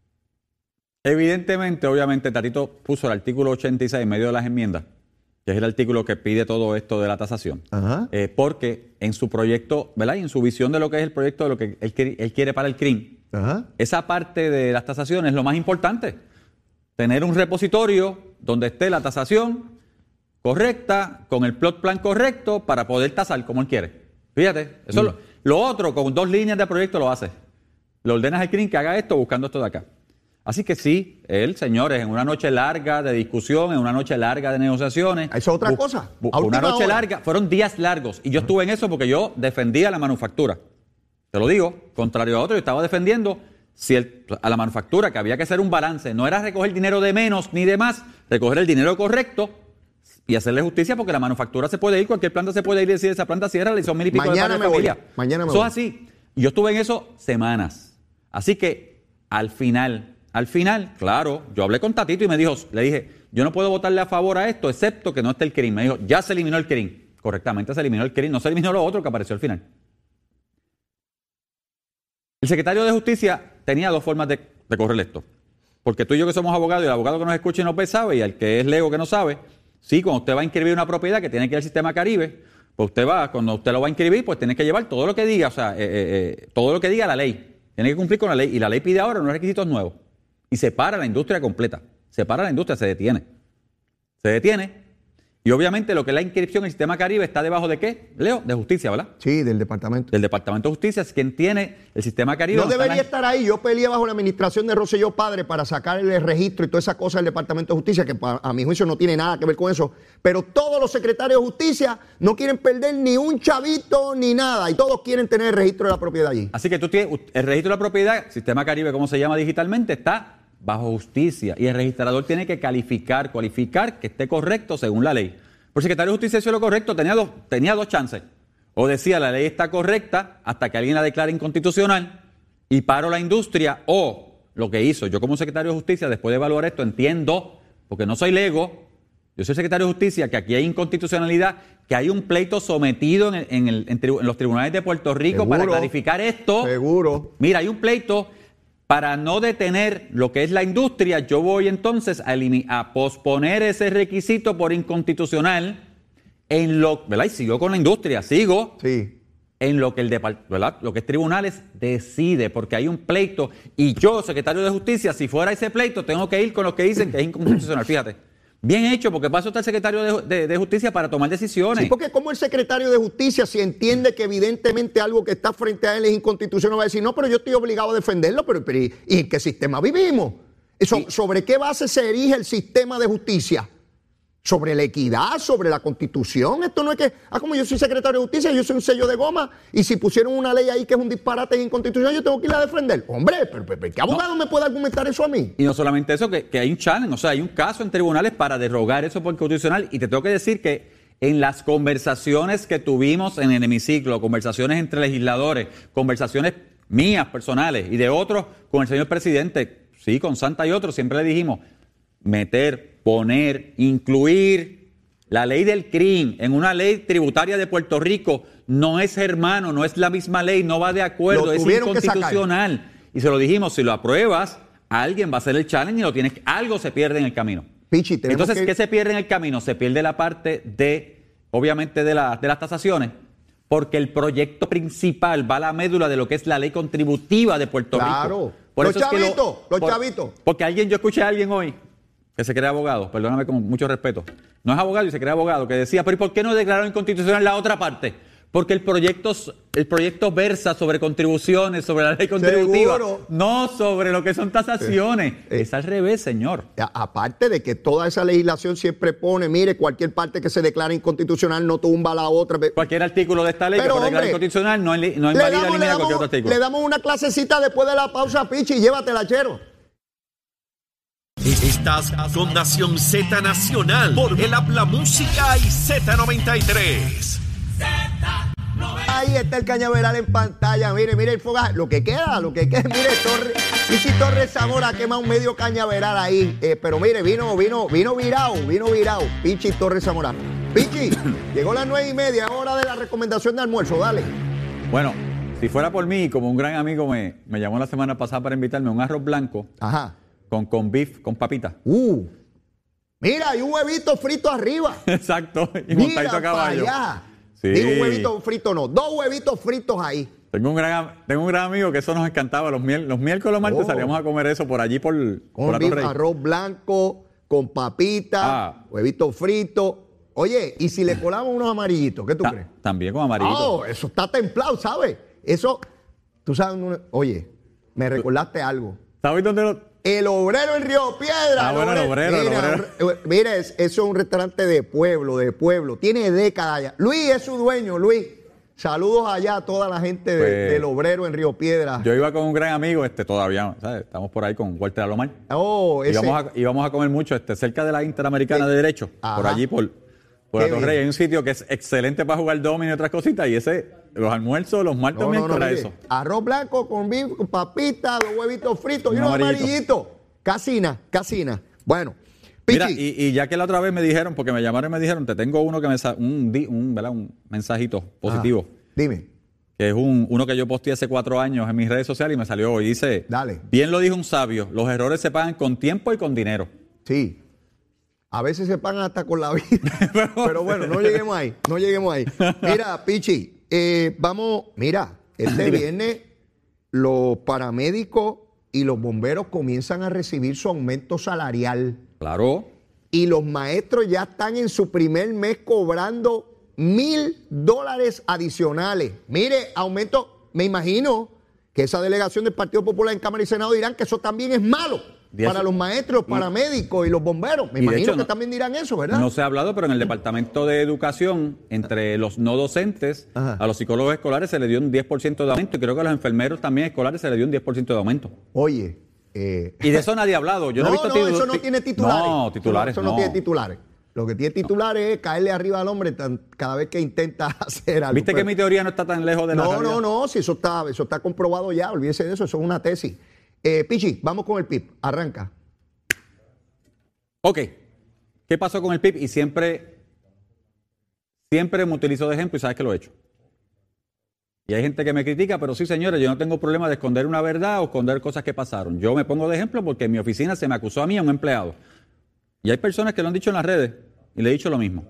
evidentemente, obviamente, Tatito puso el artículo ochenta y seis en medio de las enmiendas, que es el artículo que pide todo esto de la tasación. Ajá. Eh, porque en su proyecto, ¿verdad? Y en su visión de lo que es el proyecto, de lo que él, él quiere para el C R I M, Ajá. esa parte de las tasaciones es lo más importante. Tener un repositorio donde esté la tasación correcta, con el plot plan correcto, para poder tasar como él quiere. Fíjate, eso mm. lo, lo otro, con dos líneas de proyecto lo hace. Le ordenas al C R I M que haga esto buscando esto de acá. Así que sí, él, señores, en una noche larga de discusión, en una noche larga de negociaciones. ¿Eso es otra cosa? A una noche hora. larga, fueron días largos. Y yo estuve en eso porque yo defendía la manufactura. Te lo digo, contrario a otro, yo estaba defendiendo si el, a la manufactura, que había que hacer un balance. No era recoger dinero de menos ni de más, recoger el dinero correcto y hacerle justicia, porque la manufactura se puede ir, cualquier planta se puede ir y decir, esa planta cierra, le son mil y pico Mañana de me familia. Voy. Mañana me Eso voy. es así. Y yo estuve en eso semanas. Así que al final, al final, claro, yo hablé con Tatito y me dijo, le dije, yo no puedo votarle a favor a esto, excepto que no esté el C R I M. Me dijo, ya se eliminó el C R I M. Correctamente se eliminó el C R I M, no se eliminó lo otro que apareció al final. El secretario de Justicia tenía dos formas de, de correr esto. Porque tú y yo que somos abogados, y el abogado que nos escucha y nos ve sabe, y el que es lego que no sabe, sí, cuando usted va a inscribir una propiedad que tiene que ir al sistema Caribe, pues usted va, cuando usted lo va a inscribir, pues tiene que llevar todo lo que diga, o sea, eh, eh, todo lo que diga la ley. Tiene que cumplir con la ley, y la ley pide ahora unos requisitos nuevos. Y se para la industria completa. Se para la industria, se detiene. Se detiene. Y obviamente lo que es la inscripción en el sistema Caribe está debajo de ¿qué? Leo, de justicia, ¿verdad? Sí, del departamento. Del Departamento de Justicia es quien tiene el sistema Caribe. No debería estar ahí. Yo peleé bajo la administración de Rosselló Padre para sacar el registro y todas esas cosas del Departamento de Justicia, que a mi juicio no tiene nada que ver con eso. Pero todos los secretarios de Justicia no quieren perder ni un chavito ni nada. Y todos quieren tener el registro de la propiedad allí. Así que tú tienes el registro de la propiedad, sistema Caribe, como se llama digitalmente, está bajo justicia. Y el registrador tiene que calificar, cualificar que esté correcto según la ley. Por el secretario de Justicia hizo lo correcto, tenía dos, tenía dos chances. O decía la ley está correcta hasta que alguien la declare inconstitucional y paro la industria, o lo que hizo, yo como secretario de Justicia, después de evaluar esto, entiendo, porque no soy lego, yo soy secretario de Justicia, que aquí hay inconstitucionalidad, que hay un pleito sometido en, el, en, el, en, tribu, en los tribunales de Puerto Rico seguro, para clarificar esto. Seguro. Mira, hay un pleito. Para no detener lo que es la industria, yo voy entonces a, a posponer ese requisito por inconstitucional en lo, ¿verdad? Y sigo con la industria, sigo sí. en lo que el ¿verdad? Lo que es tribunales decide, porque hay un pleito y yo, secretario de Justicia, si fuera ese pleito, tengo que ir con los que dicen que es inconstitucional. Fíjate. Bien hecho, porque para eso está el secretario de, de, de Justicia, para tomar decisiones. Sí, porque como el secretario de Justicia, si entiende que evidentemente algo que está frente a él es inconstitucional, va a decir, no, pero yo estoy obligado a defenderlo, pero, pero ¿y en qué sistema vivimos? Eso, Y- ¿Sobre qué base se erige el sistema de justicia? Sobre la equidad, sobre la Constitución. Esto no es que, ah, como yo soy secretario de justicia, yo soy un sello de goma, y si pusieron una ley ahí que es un disparate inconstitucional, yo tengo que ir a defender. Hombre, pero, pero, pero ¿qué abogado me puede argumentar eso a mí? Y no solamente eso, que, que hay un challenge, o sea, hay un caso en tribunales para derrogar eso por constitucional. Y te tengo que decir que en las conversaciones que tuvimos en el hemiciclo, conversaciones entre legisladores, conversaciones mías personales y de otros con el señor presidente, sí, con Santa y otros, siempre le dijimos meter, poner, incluir la ley del C R I M en una ley tributaria de Puerto Rico no es hermano, no es la misma ley, no va de acuerdo, Lo es tuvieron que inconstitucional. Y se lo dijimos, si lo apruebas, alguien va a hacer el challenge y lo tienes, algo se pierde en el camino. Pichi, tenemos Entonces, que- ¿qué se pierde en el camino? Se pierde la parte de, obviamente, de, la, de las tasaciones, porque el proyecto principal va a la médula de lo que es la ley contributiva de Puerto Claro. Rico. Los es que chavitos, los por- chavitos. Porque alguien, yo escuché a alguien hoy que se cree abogado, perdóname con mucho respeto, no es abogado y se cree abogado, que decía, pero ¿y por qué no declararon inconstitucional la otra parte? Porque el proyecto, el proyecto versa sobre contribuciones, sobre la ley contributiva, Seguro. no sobre lo que son tasaciones. Eh. Es al revés, señor. A- Aparte de que toda esa legislación siempre pone, mire, cualquier parte que se declare inconstitucional no tumba la otra. Cualquier artículo de esta ley Pero, que por declarar hombre, inconstitucional no, enli- no Le invalida, damos, le, elimina cualquier otro damos, artículo. le damos una clasecita después de la pausa, Pichi, y llévatela, chero. Estás con Nación Z Nacional por el Habla Música y Z noventa y tres. Ahí está el cañaveral en pantalla. Mire, mire el fogaje. Lo que queda, lo que queda. Mire, Torre, Pichi Torres Zamora quema un medio cañaveral ahí. Eh, pero mire, vino, vino, vino virado, vino virado. Pichi Torres Zamora. Pichi, llegó las nueve y media, hora de la recomendación de almuerzo. Dale. Bueno, si fuera por mí, como un gran amigo me, me llamó la semana pasada para invitarme a un arroz blanco Ajá. con, con beef, con papita. Uh. Mira, y un huevito frito arriba. Exacto, y Mira montadito a para caballo. allá. Sí. Digo, un huevito frito no, dos huevitos fritos ahí. Tengo un, gran, am- tengo un gran amigo que eso nos encantaba. Los, miel, los miércoles los martes Oh. salíamos a comer eso por allí, por, por Con la beef, Torrey. arroz blanco, con papita, Ah. huevito frito. Oye, y si le colamos unos amarillitos, ¿qué tú Ta- crees? También con amarillito. Oh, eso está templado, ¿sabes? Eso, tú sabes, una- oye, me recordaste algo. ¿Sabes dónde lo...? El Obrero en Río Piedra. Ah, bueno, el Obrero, el Mira, Obrero. un- mira, es- eso es un restaurante de pueblo, de pueblo. Tiene décadas ya. Luis es su dueño, Luis. Saludos allá a toda la gente de- Pues, del Obrero en Río Piedra. Yo iba con un gran amigo, este todavía, ¿sabes? Estamos por ahí con Walter Alomar. oh, ese. Íbamos a, íbamos a comer mucho este, cerca de la Interamericana de Derecho, Ajá. por allí, por, por Qué la Torrey. bien. Hay un sitio que es excelente para jugar domino y otras cositas, y ese, los almuerzos, los martes, No, no, no, miércoles, mire, eso. arroz blanco con beef, con papita, dos huevitos fritos y Un unos amarillito. amarillitos. Casina, casina. Bueno, Mira, Pichi, y, y ya que la otra vez me dijeron, porque me llamaron y me dijeron, te tengo uno que me sa- un, di- un, ¿verdad? un mensajito positivo, ajá, dime. que es un, uno que yo posteé hace cuatro años en mis redes sociales y me salió hoy. Dice, Dale. bien lo dijo un sabio, los errores se pagan con tiempo y con dinero. Sí. A veces se pagan hasta con la vida. Pero bueno, no lleguemos ahí. No lleguemos ahí. Mira, Pichi, eh, vamos. Mira, este viernes los paramédicos y los bomberos comienzan a recibir su aumento salarial. Claro. Y los maestros ya están en su primer mes cobrando mil dólares adicionales. Mire, aumento, me imagino que esa delegación del Partido Popular en Cámara y Senado dirán que eso también es malo De para eso- los maestros, paramédicos y los bomberos. Me Y de imagino hecho, que no- también dirán eso, ¿verdad? No se ha hablado, pero en el Departamento de Educación, entre los no docentes, Ajá. a los psicólogos escolares se le dio un diez por ciento de aumento y creo que a los enfermeros también escolares se le dio un diez por ciento de aumento. Oye, eh, Y de eso nadie ha hablado. Yo no, no, he visto no, titu- eso no ti- tiene titulares. No, titulares Eso no, eso no tiene titulares. Lo que tiene titulares es caerle arriba al hombre tan- cada vez que intenta hacer algo. ¿Viste que Pero- mi teoría no está tan lejos de la No, realidad? no, no, si eso está, eso está comprobado ya, olvídese de eso, eso es una tesis. Eh, Pichi, vamos con el P I B, arranca. Ok. ¿Qué pasó con el P I B? Y siempre, siempre me utilizo de ejemplo y sabes que lo he hecho. Y hay gente que me critica, pero sí, señores, yo no tengo problema de esconder una verdad o esconder cosas que pasaron. Yo me pongo de ejemplo porque en mi oficina se me acusó a mí, a un empleado. Y hay personas que lo han dicho en las redes y le he dicho lo mismo.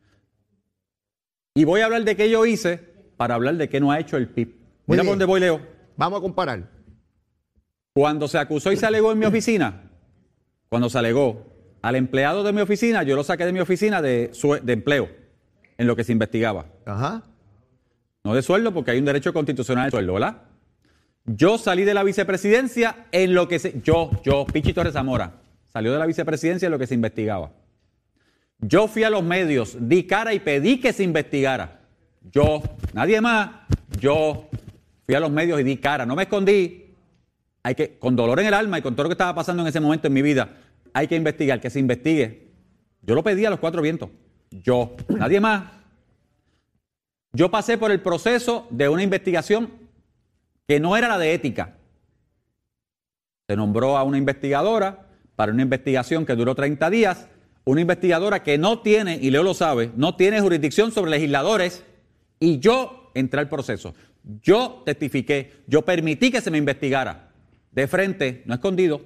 Y voy a hablar de qué yo hice para hablar de qué no ha hecho el P I B. Muy Mira bien. por dónde voy, Leo. Vamos a comparar. Cuando se acusó y se alegó en mi oficina, cuando se alegó al empleado de mi oficina, yo lo saqué de mi oficina de, sue- de empleo, en lo que se investigaba. Ajá. No de sueldo, porque hay un derecho constitucional al sueldo, ¿verdad? Yo salí de la vicepresidencia en lo que se... Yo, yo, Pichi Torres Zamora, salió de la vicepresidencia en lo que se investigaba. Yo fui a los medios, di cara y pedí que se investigara. Yo, nadie más, yo fui a los medios y di cara, no me escondí. Hay que, con dolor en el alma y con todo lo que estaba pasando en ese momento en mi vida, hay que investigar, que se investigue. Yo lo pedí a los cuatro vientos. Yo, nadie más. Yo pasé por el proceso de una investigación que no era la de ética. Se nombró a una investigadora para una investigación que duró treinta días, una investigadora que no tiene, y Leo lo sabe, no tiene jurisdicción sobre legisladores, y yo entré al proceso. Yo testifiqué, yo permití que se me investigara, de frente, no escondido.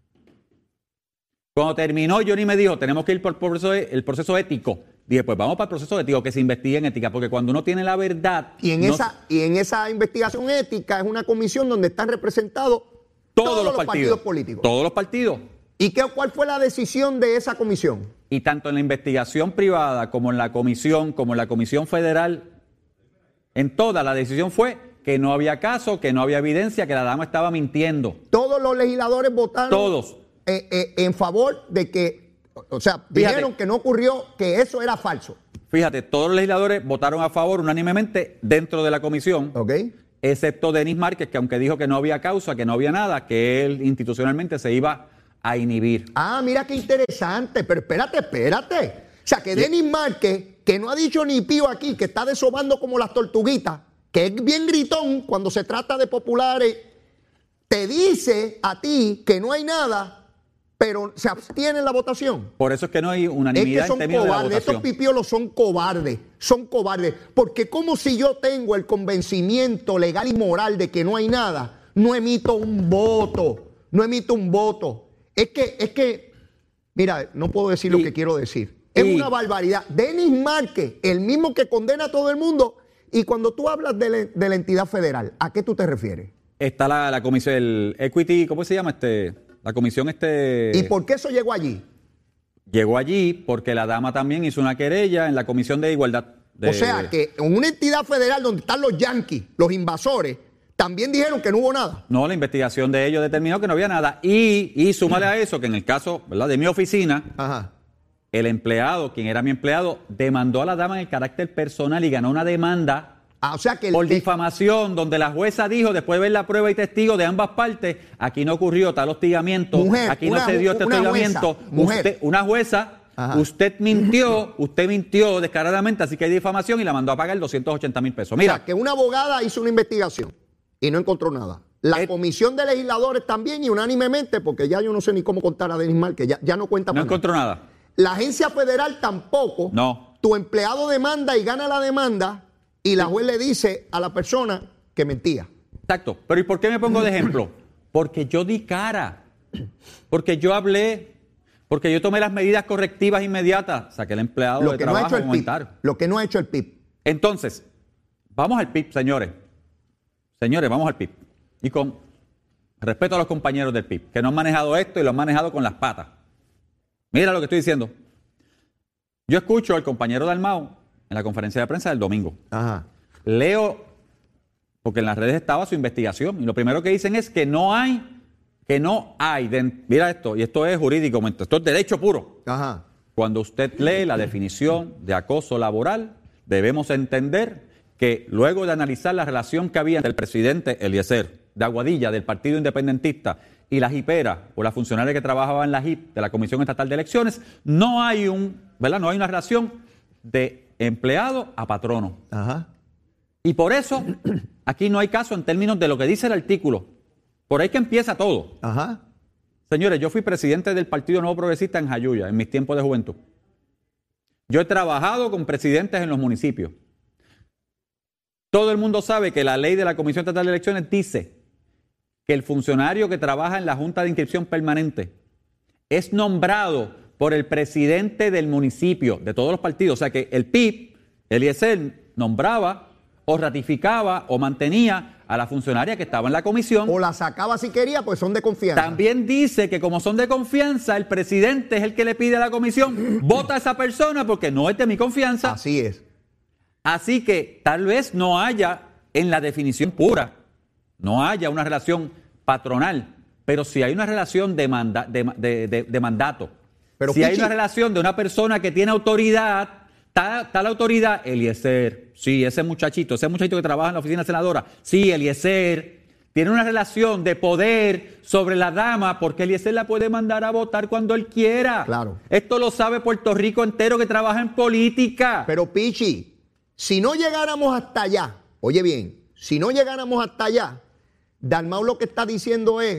Cuando terminó, Johnny me dijo, tenemos que ir por el proceso, el proceso ético. Dije, pues vamos para el proceso ético, que se investigue en ética, porque cuando uno tiene la verdad... Y en, no, esa, y en esa investigación ética es una comisión donde están representados todos, todos los, los partidos, partidos políticos. Todos los partidos. ¿Y qué, cuál fue la decisión de esa comisión? Y tanto en la investigación privada como en la comisión, como en la comisión federal, en toda la decisión fue que no había caso, que no había evidencia, que la dama estaba mintiendo. Todos los legisladores votaron... Todos. Eh, eh, en favor de que, o sea, dijeron Fíjate. que no ocurrió, que eso era falso. Fíjate, todos los legisladores votaron a favor unánimemente dentro de la comisión, ¿Ok? excepto Denis Márquez, que aunque dijo que no había causa, que no había nada, que él institucionalmente se iba a inhibir. Ah, mira qué interesante, pero espérate, espérate. O sea, que Sí. Denis Márquez, que no ha dicho ni pío aquí, que está desobando como las tortuguitas, que es bien gritón cuando se trata de populares, te dice a ti que no hay nada, pero se abstiene en la votación. Por eso es que no hay Es unanimidad que son en términos de la cobardes, estos votación. pipiolos son cobardes, son cobardes, porque como si yo tengo el convencimiento legal y moral de que no hay nada, no emito un voto, no emito un voto. Es que, es que, mira, no puedo decir lo Y- que quiero decir. Es y- una barbaridad. Denis Márquez, el mismo que condena a todo el mundo, y cuando tú hablas de la, de la entidad federal, ¿a qué tú te refieres? Está la, la comisión, el Equity, ¿cómo se llama este? La comisión este... ¿Y por qué eso llegó allí? Llegó allí porque la dama también hizo una querella en la Comisión de Igualdad. De... O sea, que en una entidad federal donde están los yanquis, los invasores, también dijeron que no hubo nada. No, la investigación de ellos determinó que no había nada. Y, y súmale a eso que en el caso, ¿verdad?, de mi oficina, Ajá. el empleado, quien era mi empleado, demandó a la dama en el carácter personal y ganó una demanda Ah, o sea que el por que- difamación, donde la jueza dijo, después de ver la prueba y testigos de ambas partes, aquí no ocurrió tal hostigamiento, Mujer, aquí una no se dio este ju- una hostigamiento. jueza, mujer. Usted- una jueza, Ajá. usted mintió, usted mintió descaradamente, así que hay difamación y la mandó a pagar doscientos ochenta mil pesos. o Mira, sea, que una abogada hizo una investigación y no encontró nada. La Eh, comisión de legisladores también y unánimemente, porque ya yo no sé ni cómo contar a Denis Márquez, ya, ya no cuenta no para nada. encontró nada. La agencia federal tampoco. No. Tu empleado demanda y gana la demanda y la juez le dice a la persona que mentía. Exacto. Pero ¿y por qué me pongo de ejemplo? Porque yo di cara, porque yo hablé, porque yo tomé las medidas correctivas inmediatas. Saqué el empleado Lo de que no ha trabajo hecho el a P I B. aumentar. Lo que no ha hecho el P I B. Entonces, vamos al P I B, señores. Señores, vamos al P I B. Y con respeto a los compañeros del P I B, que no han manejado esto y lo han manejado con las patas. Mira lo que estoy diciendo. Yo escucho al compañero Dalmau en la conferencia de prensa del domingo. Ajá. Leo, porque en las redes estaba su investigación, y lo primero que dicen es que no hay, que no hay, de- mira esto, y esto es jurídico, esto es derecho puro. Ajá. Cuando usted lee la definición de acoso laboral, debemos entender que luego de analizar la relación que había entre el presidente Eliezer de Aguadilla, del Partido Independentista, y la jipera o la funcionaria que trabajaba en la J I P de la Comisión Estatal de Elecciones, no hay un, ¿verdad? No hay una relación de empleado a patrono. Ajá. Y por eso aquí no hay caso en términos de lo que dice el artículo. Por ahí que empieza todo. Ajá. Señores, yo fui presidente del Partido Nuevo Progresista en Jayuya, en mis tiempos de juventud. Yo he trabajado con presidentes en los municipios. Todo el mundo sabe que la ley de la Comisión Estatal de Elecciones dice que el funcionario que trabaja en la Junta de Inscripción Permanente es nombrado por el presidente del municipio, de todos los partidos. O sea que el P I B, Eliezer, nombraba o ratificaba o mantenía a la funcionaria que estaba en la comisión. O la sacaba si quería, pues son de confianza. También dice que como son de confianza, el presidente es el que le pide a la comisión, vota a esa persona porque no es de mi confianza. Así es. Así que tal vez no haya en la definición pura no haya una relación patronal, pero si hay una relación de, manda, de, de, de, de mandato, pero si Pichi, hay una relación de una persona que tiene autoridad, tal, tal autoridad, Eliezer, sí, ese muchachito, ese muchachito que trabaja en la oficina senadora, sí, Eliezer, tiene una relación de poder sobre la dama porque Eliezer la puede mandar a votar cuando él quiera. Claro. Esto lo sabe Puerto Rico entero que trabaja en política. Pero Pichi, si no llegáramos hasta allá, oye bien, si no llegáramos hasta allá, Dalmau lo que está diciendo es,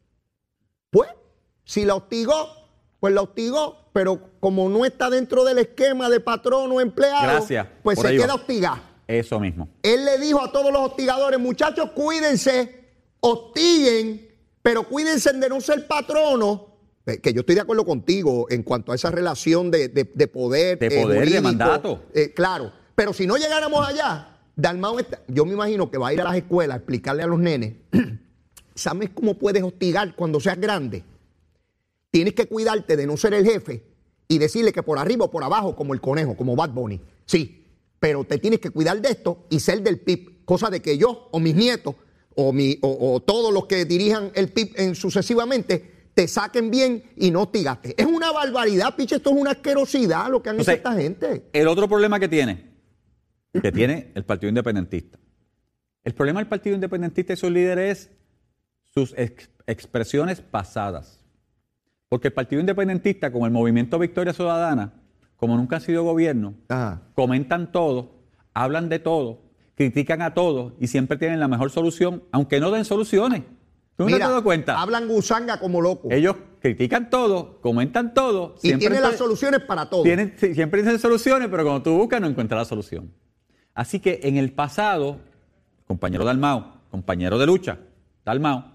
pues, si la hostigó, pues la hostigó, pero como no está dentro del esquema de patrono o empleado, Gracias. pues Por se ahí queda va. hostigada. Eso mismo. Él le dijo a todos los hostigadores, muchachos, cuídense, hostiguen, pero cuídense de no ser patronos. Eh, Que yo estoy de acuerdo contigo en cuanto a esa relación de, de, de poder. De eh, poder, de jurídico, mandato. eh, claro, pero si no llegáramos allá, Dalmau, está, yo me imagino que va a ir a las escuelas a explicarle a los nenes, ¿sabes cómo puedes hostigar cuando seas grande? Tienes que cuidarte de no ser el jefe y decirle que por arriba o por abajo, como el conejo, como Bad Bunny. Sí, pero te tienes que cuidar de esto y ser del P I B, cosa de que yo o mis nietos o, mi, o, o todos los que dirijan el P I B en, sucesivamente te saquen bien y no hostigaste. Es una barbaridad, piche, esto es una asquerosidad lo que han hecho Entonces, esta gente. El otro problema que tiene, que tiene el Partido Independentista. El problema del Partido Independentista y sus líderes es sus ex- expresiones pasadas. Porque el Partido Independentista, como el Movimiento Victoria Ciudadana, como nunca ha sido gobierno, Ajá. comentan todo, hablan de todo, critican a todos y siempre tienen la mejor solución, aunque no den soluciones. ¿Tú no te has dado cuenta? Hablan gusanga como locos. Ellos critican todo, comentan todo. Y siempre tienen las ent- soluciones para todo. tienen- sí, siempre dicen soluciones, pero cuando tú buscas no encuentras la solución. Así que en el pasado, compañero Dalmau, compañero de lucha, Dalmau,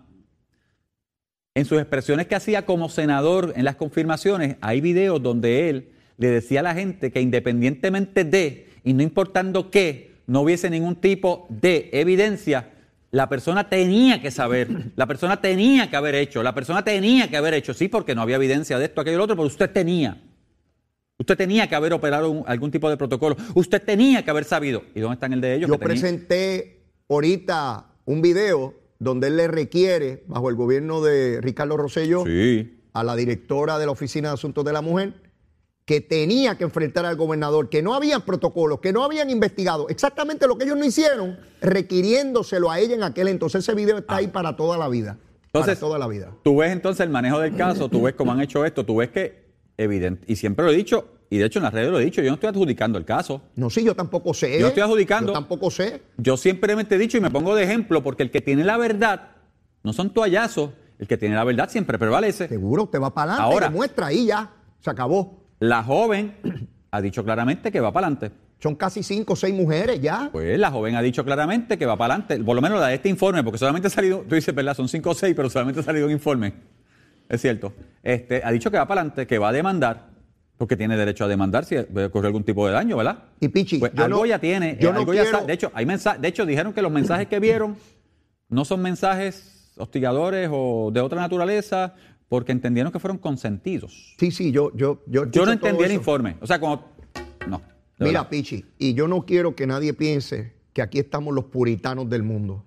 en sus expresiones que hacía como senador en las confirmaciones, hay videos donde él le decía a la gente que independientemente de, y no importando qué, no hubiese ningún tipo de evidencia, la persona tenía que saber, la persona tenía que haber hecho, la persona tenía que haber hecho, sí, porque no había evidencia de esto, aquello y lo otro, pero usted tenía. Usted tenía que haber operado un, algún tipo de protocolo. Usted tenía que haber sabido. ¿Y dónde están el de ellos? Yo que tenía? presenté ahorita un video donde él le requiere, bajo el gobierno de Ricardo Rosselló, Sí. a la directora de la Oficina de Asuntos de la Mujer, que tenía que enfrentar al gobernador, que no habían protocolos, que no habían investigado exactamente lo que ellos no hicieron, requiriéndoselo a ella en aquel entonces. Ese video está ahí para toda la vida. Entonces, para toda la vida. Tú ves entonces el manejo del caso, tú ves cómo han hecho esto, tú ves que, evidente, y siempre lo he dicho, y de hecho en las redes lo he dicho, yo no estoy adjudicando el caso. No, sí, yo tampoco sé. Yo no estoy adjudicando. Yo tampoco sé. Yo simplemente he dicho y me pongo de ejemplo, porque el que tiene la verdad, no son toallazos, el que tiene la verdad siempre prevalece. Seguro, usted va para adelante, Ahora. demuestra ahí ya, se acabó. La joven ha dicho claramente que va para adelante. Son casi cinco o seis mujeres ya. Pues la joven ha dicho claramente que va para adelante, por lo menos la de este informe, porque solamente ha salido, tú dices, ¿verdad? Son cinco o seis, pero solamente ha salido un informe. Es cierto. Este, ha dicho que va para adelante, que va a demandar, porque tiene derecho a demandar si ocurre algún tipo de daño, ¿verdad? Y Pichi, Pues yo algo no- ya tiene, yo eh, no algo ya quiero- sa- de hecho, hay mensajes, de hecho dijeron que los mensajes que vieron no son mensajes hostigadores o de otra naturaleza, porque entendieron que fueron consentidos. Sí, sí, yo, yo, yo, Yo escucho no entendí todo el eso. informe. O sea, como no. de Mira, verdad. Pichi, y yo no quiero que nadie piense que aquí estamos los puritanos del mundo.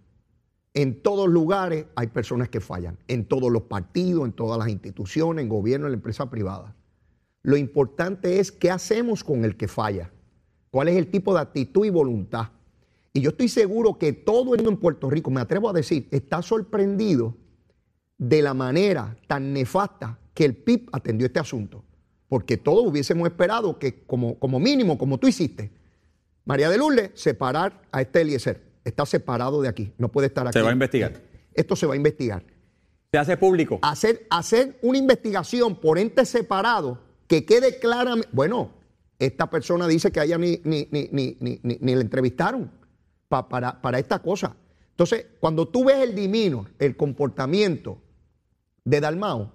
En todos lugares hay personas que fallan, en todos los partidos, en todas las instituciones, en gobierno, en la empresa privada. Lo importante es qué hacemos con el que falla, cuál es el tipo de actitud y voluntad. Y yo estoy seguro que todo el mundo en Puerto Rico, me atrevo a decir, está sorprendido de la manera tan nefasta que el P I B atendió este asunto. Porque todos hubiésemos esperado que, como, como mínimo, como tú hiciste, María de Lourdes, separar a este Eliezer. Está separado de aquí, no puede estar aquí. Se va a investigar. Esto se va a investigar. Se hace público. Hacer, hacer una investigación por entes separados que quede claramente. Bueno, esta persona dice que a ella ni, ni, ni, ni, ni, ni, ni le entrevistaron pa, para, para esta cosa. Entonces, cuando tú ves el demeanor, el comportamiento de Dalmau,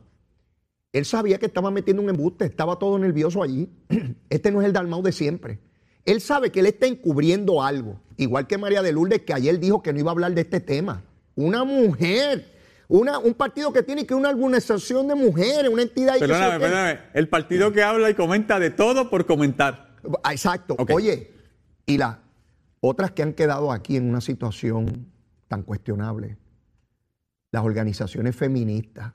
él sabía que estaba metiendo un embuste, estaba todo nervioso allí. Este no es el Dalmau de siempre. Él sabe que él está encubriendo algo, igual que María de Lourdes, que ayer dijo que no iba a hablar de este tema. Una mujer, una, un partido que tiene que una organización de mujeres, una entidad... y que Perdóname, sé qué. perdóname. El partido que habla y comenta de todo por comentar. Ah, exacto. Ok. Oye, y las otras que han quedado aquí en una situación tan cuestionable. Las organizaciones feministas,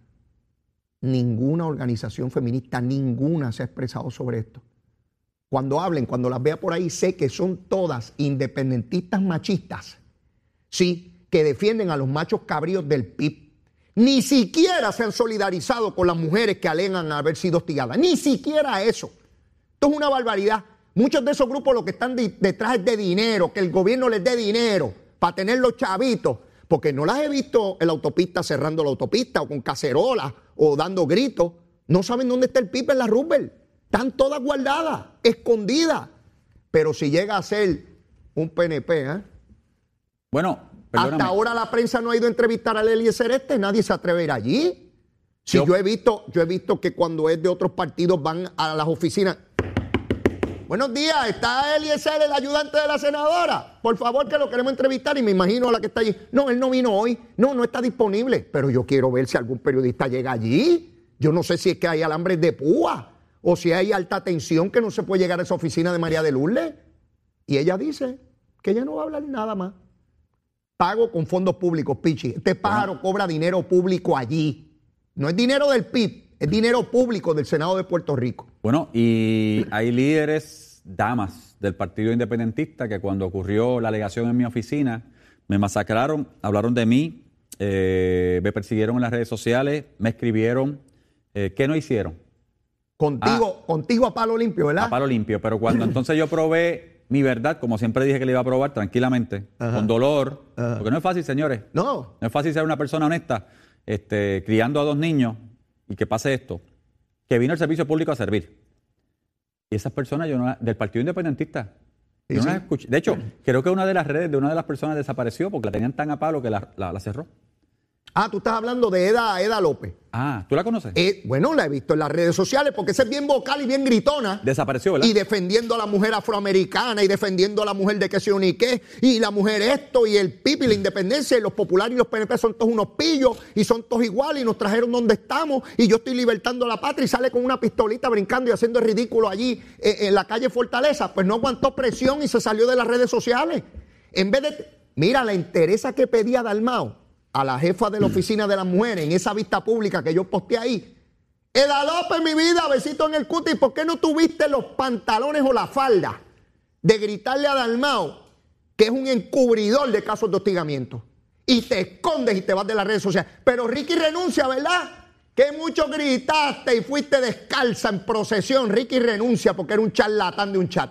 ninguna organización feminista, ninguna se ha expresado sobre esto. Cuando hablen, cuando las vea por ahí, sé que son todas independentistas machistas, sí, que defienden a los machos cabríos del P I B. Ni siquiera se han solidarizado con las mujeres que alegan haber sido hostigadas. Ni siquiera eso. Esto es una barbaridad. Muchos de esos grupos lo que están de, detrás es de dinero, que el gobierno les dé dinero para tener los chavitos. Porque no las he visto en la autopista cerrando la autopista o con cacerolas o dando gritos. No saben dónde está el P I B en la Roosevelt. Están todas guardadas, escondidas. Pero si llega a ser un P N P, ¿eh? Bueno, perdóname. Hasta ahora la prensa no ha ido a entrevistar a Eliezer este, nadie se atreve a ir allí. Si yo, yo he visto, yo he visto que cuando es de otros partidos van a las oficinas. Buenos días, ¿está Eliezer, el ayudante de la senadora? Por favor, que lo queremos entrevistar y me imagino a la que está allí. No, él no vino hoy, no, no está disponible. Pero yo quiero ver si algún periodista llega allí. Yo no sé si es que hay alambres de púa o si hay alta tensión que no se puede llegar a esa oficina de María de Lourdes. Y ella dice que ella no va a hablar nada más. Pago con fondos públicos, Pichi. Este pájaro bueno. cobra dinero público allí. No es dinero del P I B, es dinero público del Senado de Puerto Rico. Bueno, y hay líderes, damas del Partido Independentista que cuando ocurrió la alegación en mi oficina me masacraron, hablaron de mí, eh, me persiguieron en las redes sociales, me escribieron. Eh, ¿Qué no hicieron? Contigo, ah, contigo a palo limpio, ¿verdad? A palo limpio, pero cuando entonces yo probé mi verdad, como siempre dije que le iba a probar tranquilamente, ajá, con dolor, ajá, porque no es fácil, señores. No. No es fácil ser una persona honesta, este, criando a dos niños y que pase esto, que vino el servicio público a servir. Y esas personas, yo no, del Partido Independentista, yo sí, no las escuché. De hecho, creo que una de las redes de una de las personas desapareció porque la tenían tan a palo que la, la, la cerró. Ah, tú estás hablando de Eda, Eda López. Ah, ¿tú la conoces? Eh, bueno, la he visto en las redes sociales porque esa es bien vocal y bien gritona. Desapareció, ¿verdad? Y defendiendo a la mujer afroamericana y defendiendo a la mujer de que se unique y la mujer esto y el P I B y la independencia y los populares y los P N P son todos unos pillos y son todos iguales y nos trajeron donde estamos y yo estoy libertando a la patria y sale con una pistolita brincando y haciendo el ridículo allí eh, en la calle Fortaleza. Pues no aguantó presión y se salió de las redes sociales. En vez de... Mira, la entereza que pedía Dalmau a la jefa de la oficina de las mujeres en esa vista pública que yo posteé ahí. Eda López, mi vida, besito en el cutis, ¿por qué no tuviste los pantalones o la falda de gritarle a Dalmau que es un encubridor de casos de hostigamiento? Y te escondes y te vas de las redes sociales. Pero Ricky renuncia, ¿verdad? Que mucho gritaste y fuiste descalza en procesión. Ricky renuncia porque era un charlatán de un chat.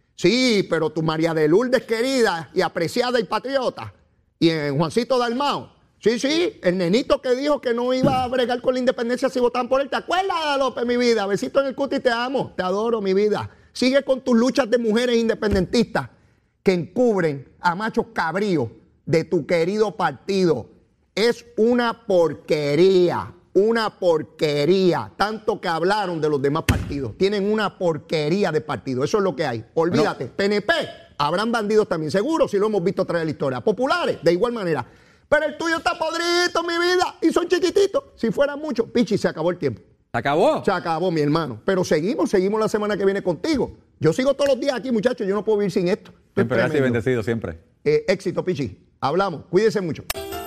Sí, pero tu María de Lourdes querida y apreciada y patriota. Y en Juancito Dalmau. Sí, sí, el nenito que dijo que no iba a bregar con la independencia si votaban por él. ¿Te acuerdas, López, mi vida? Besito en el cutis, te amo, te adoro, mi vida. Sigue con tus luchas de mujeres independentistas que encubren a machos cabríos de tu querido partido. Es una porquería, una porquería. Tanto que hablaron de los demás partidos. Tienen una porquería de partido. Eso es lo que hay. Olvídate. No. P N P, habrán bandidos también, seguro, si lo hemos visto a través de la historia. Populares, de igual manera. Pero el tuyo está podrito, mi vida, y son chiquititos. Si fueran muchos, Pichi, se acabó el tiempo. ¿Se acabó? Se acabó, mi hermano. Pero seguimos, seguimos la semana que viene contigo. Yo sigo todos los días aquí, muchachos, yo no puedo vivir sin esto. Siempre gracias y bendecido, siempre. Eh, éxito, Pichi. Hablamos, cuídense mucho.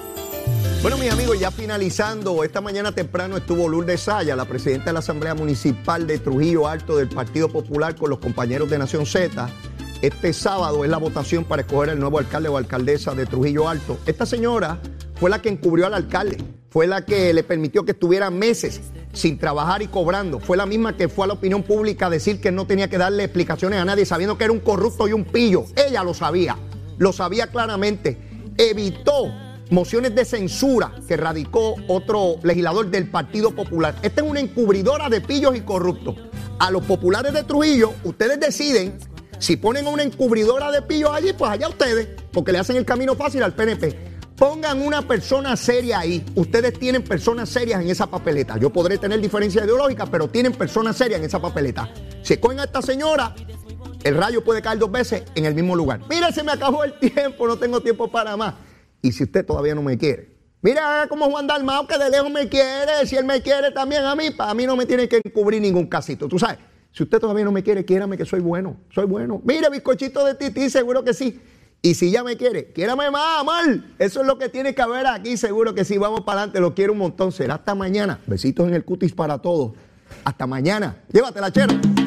Bueno, mis amigos, ya finalizando, esta mañana temprano estuvo Lourdes Saya, la presidenta de la Asamblea Municipal de Trujillo Alto del Partido Popular, con los compañeros de Nación Z. Este sábado es la votación para escoger el nuevo alcalde o alcaldesa de Trujillo Alto. Esta señora fue la que encubrió al alcalde, fue la que le permitió que estuviera meses sin trabajar y cobrando. Fue la misma que fue a la opinión pública a decir que no tenía que darle explicaciones a nadie, sabiendo que era un corrupto y un pillo. Ella lo sabía, lo sabía claramente. Evitó mociones de censura que radicó otro legislador del Partido Popular. Esta es una encubridora de pillos y corruptos. A los populares de Trujillo, ustedes deciden. Si ponen a una encubridora de pillos allí, pues allá ustedes, porque le hacen el camino fácil al P N P. Pongan una persona seria ahí. Ustedes tienen personas serias en esa papeleta. Yo podré tener diferencias ideológicas, pero tienen personas serias en esa papeleta. Si escogen a esta señora, el rayo puede caer dos veces en el mismo lugar. Mire, se me acabó el tiempo, no tengo tiempo para más. Y si usted todavía no me quiere, mira como Juan Dalmau, que de lejos me quiere. Si él me quiere también a mí, para mí no me tiene que encubrir ningún casito. Tú sabes. Si usted todavía no me quiere, quiérame que soy bueno, soy bueno. Mire, bizcochito de Tití, seguro que sí. Y si ya me quiere, quiérame más, amor. Eso es lo que tiene que haber aquí. Seguro que sí, vamos para adelante. Lo quiero un montón. Será hasta mañana. Besitos en el cutis para todos. Hasta mañana. Llévatela, chero.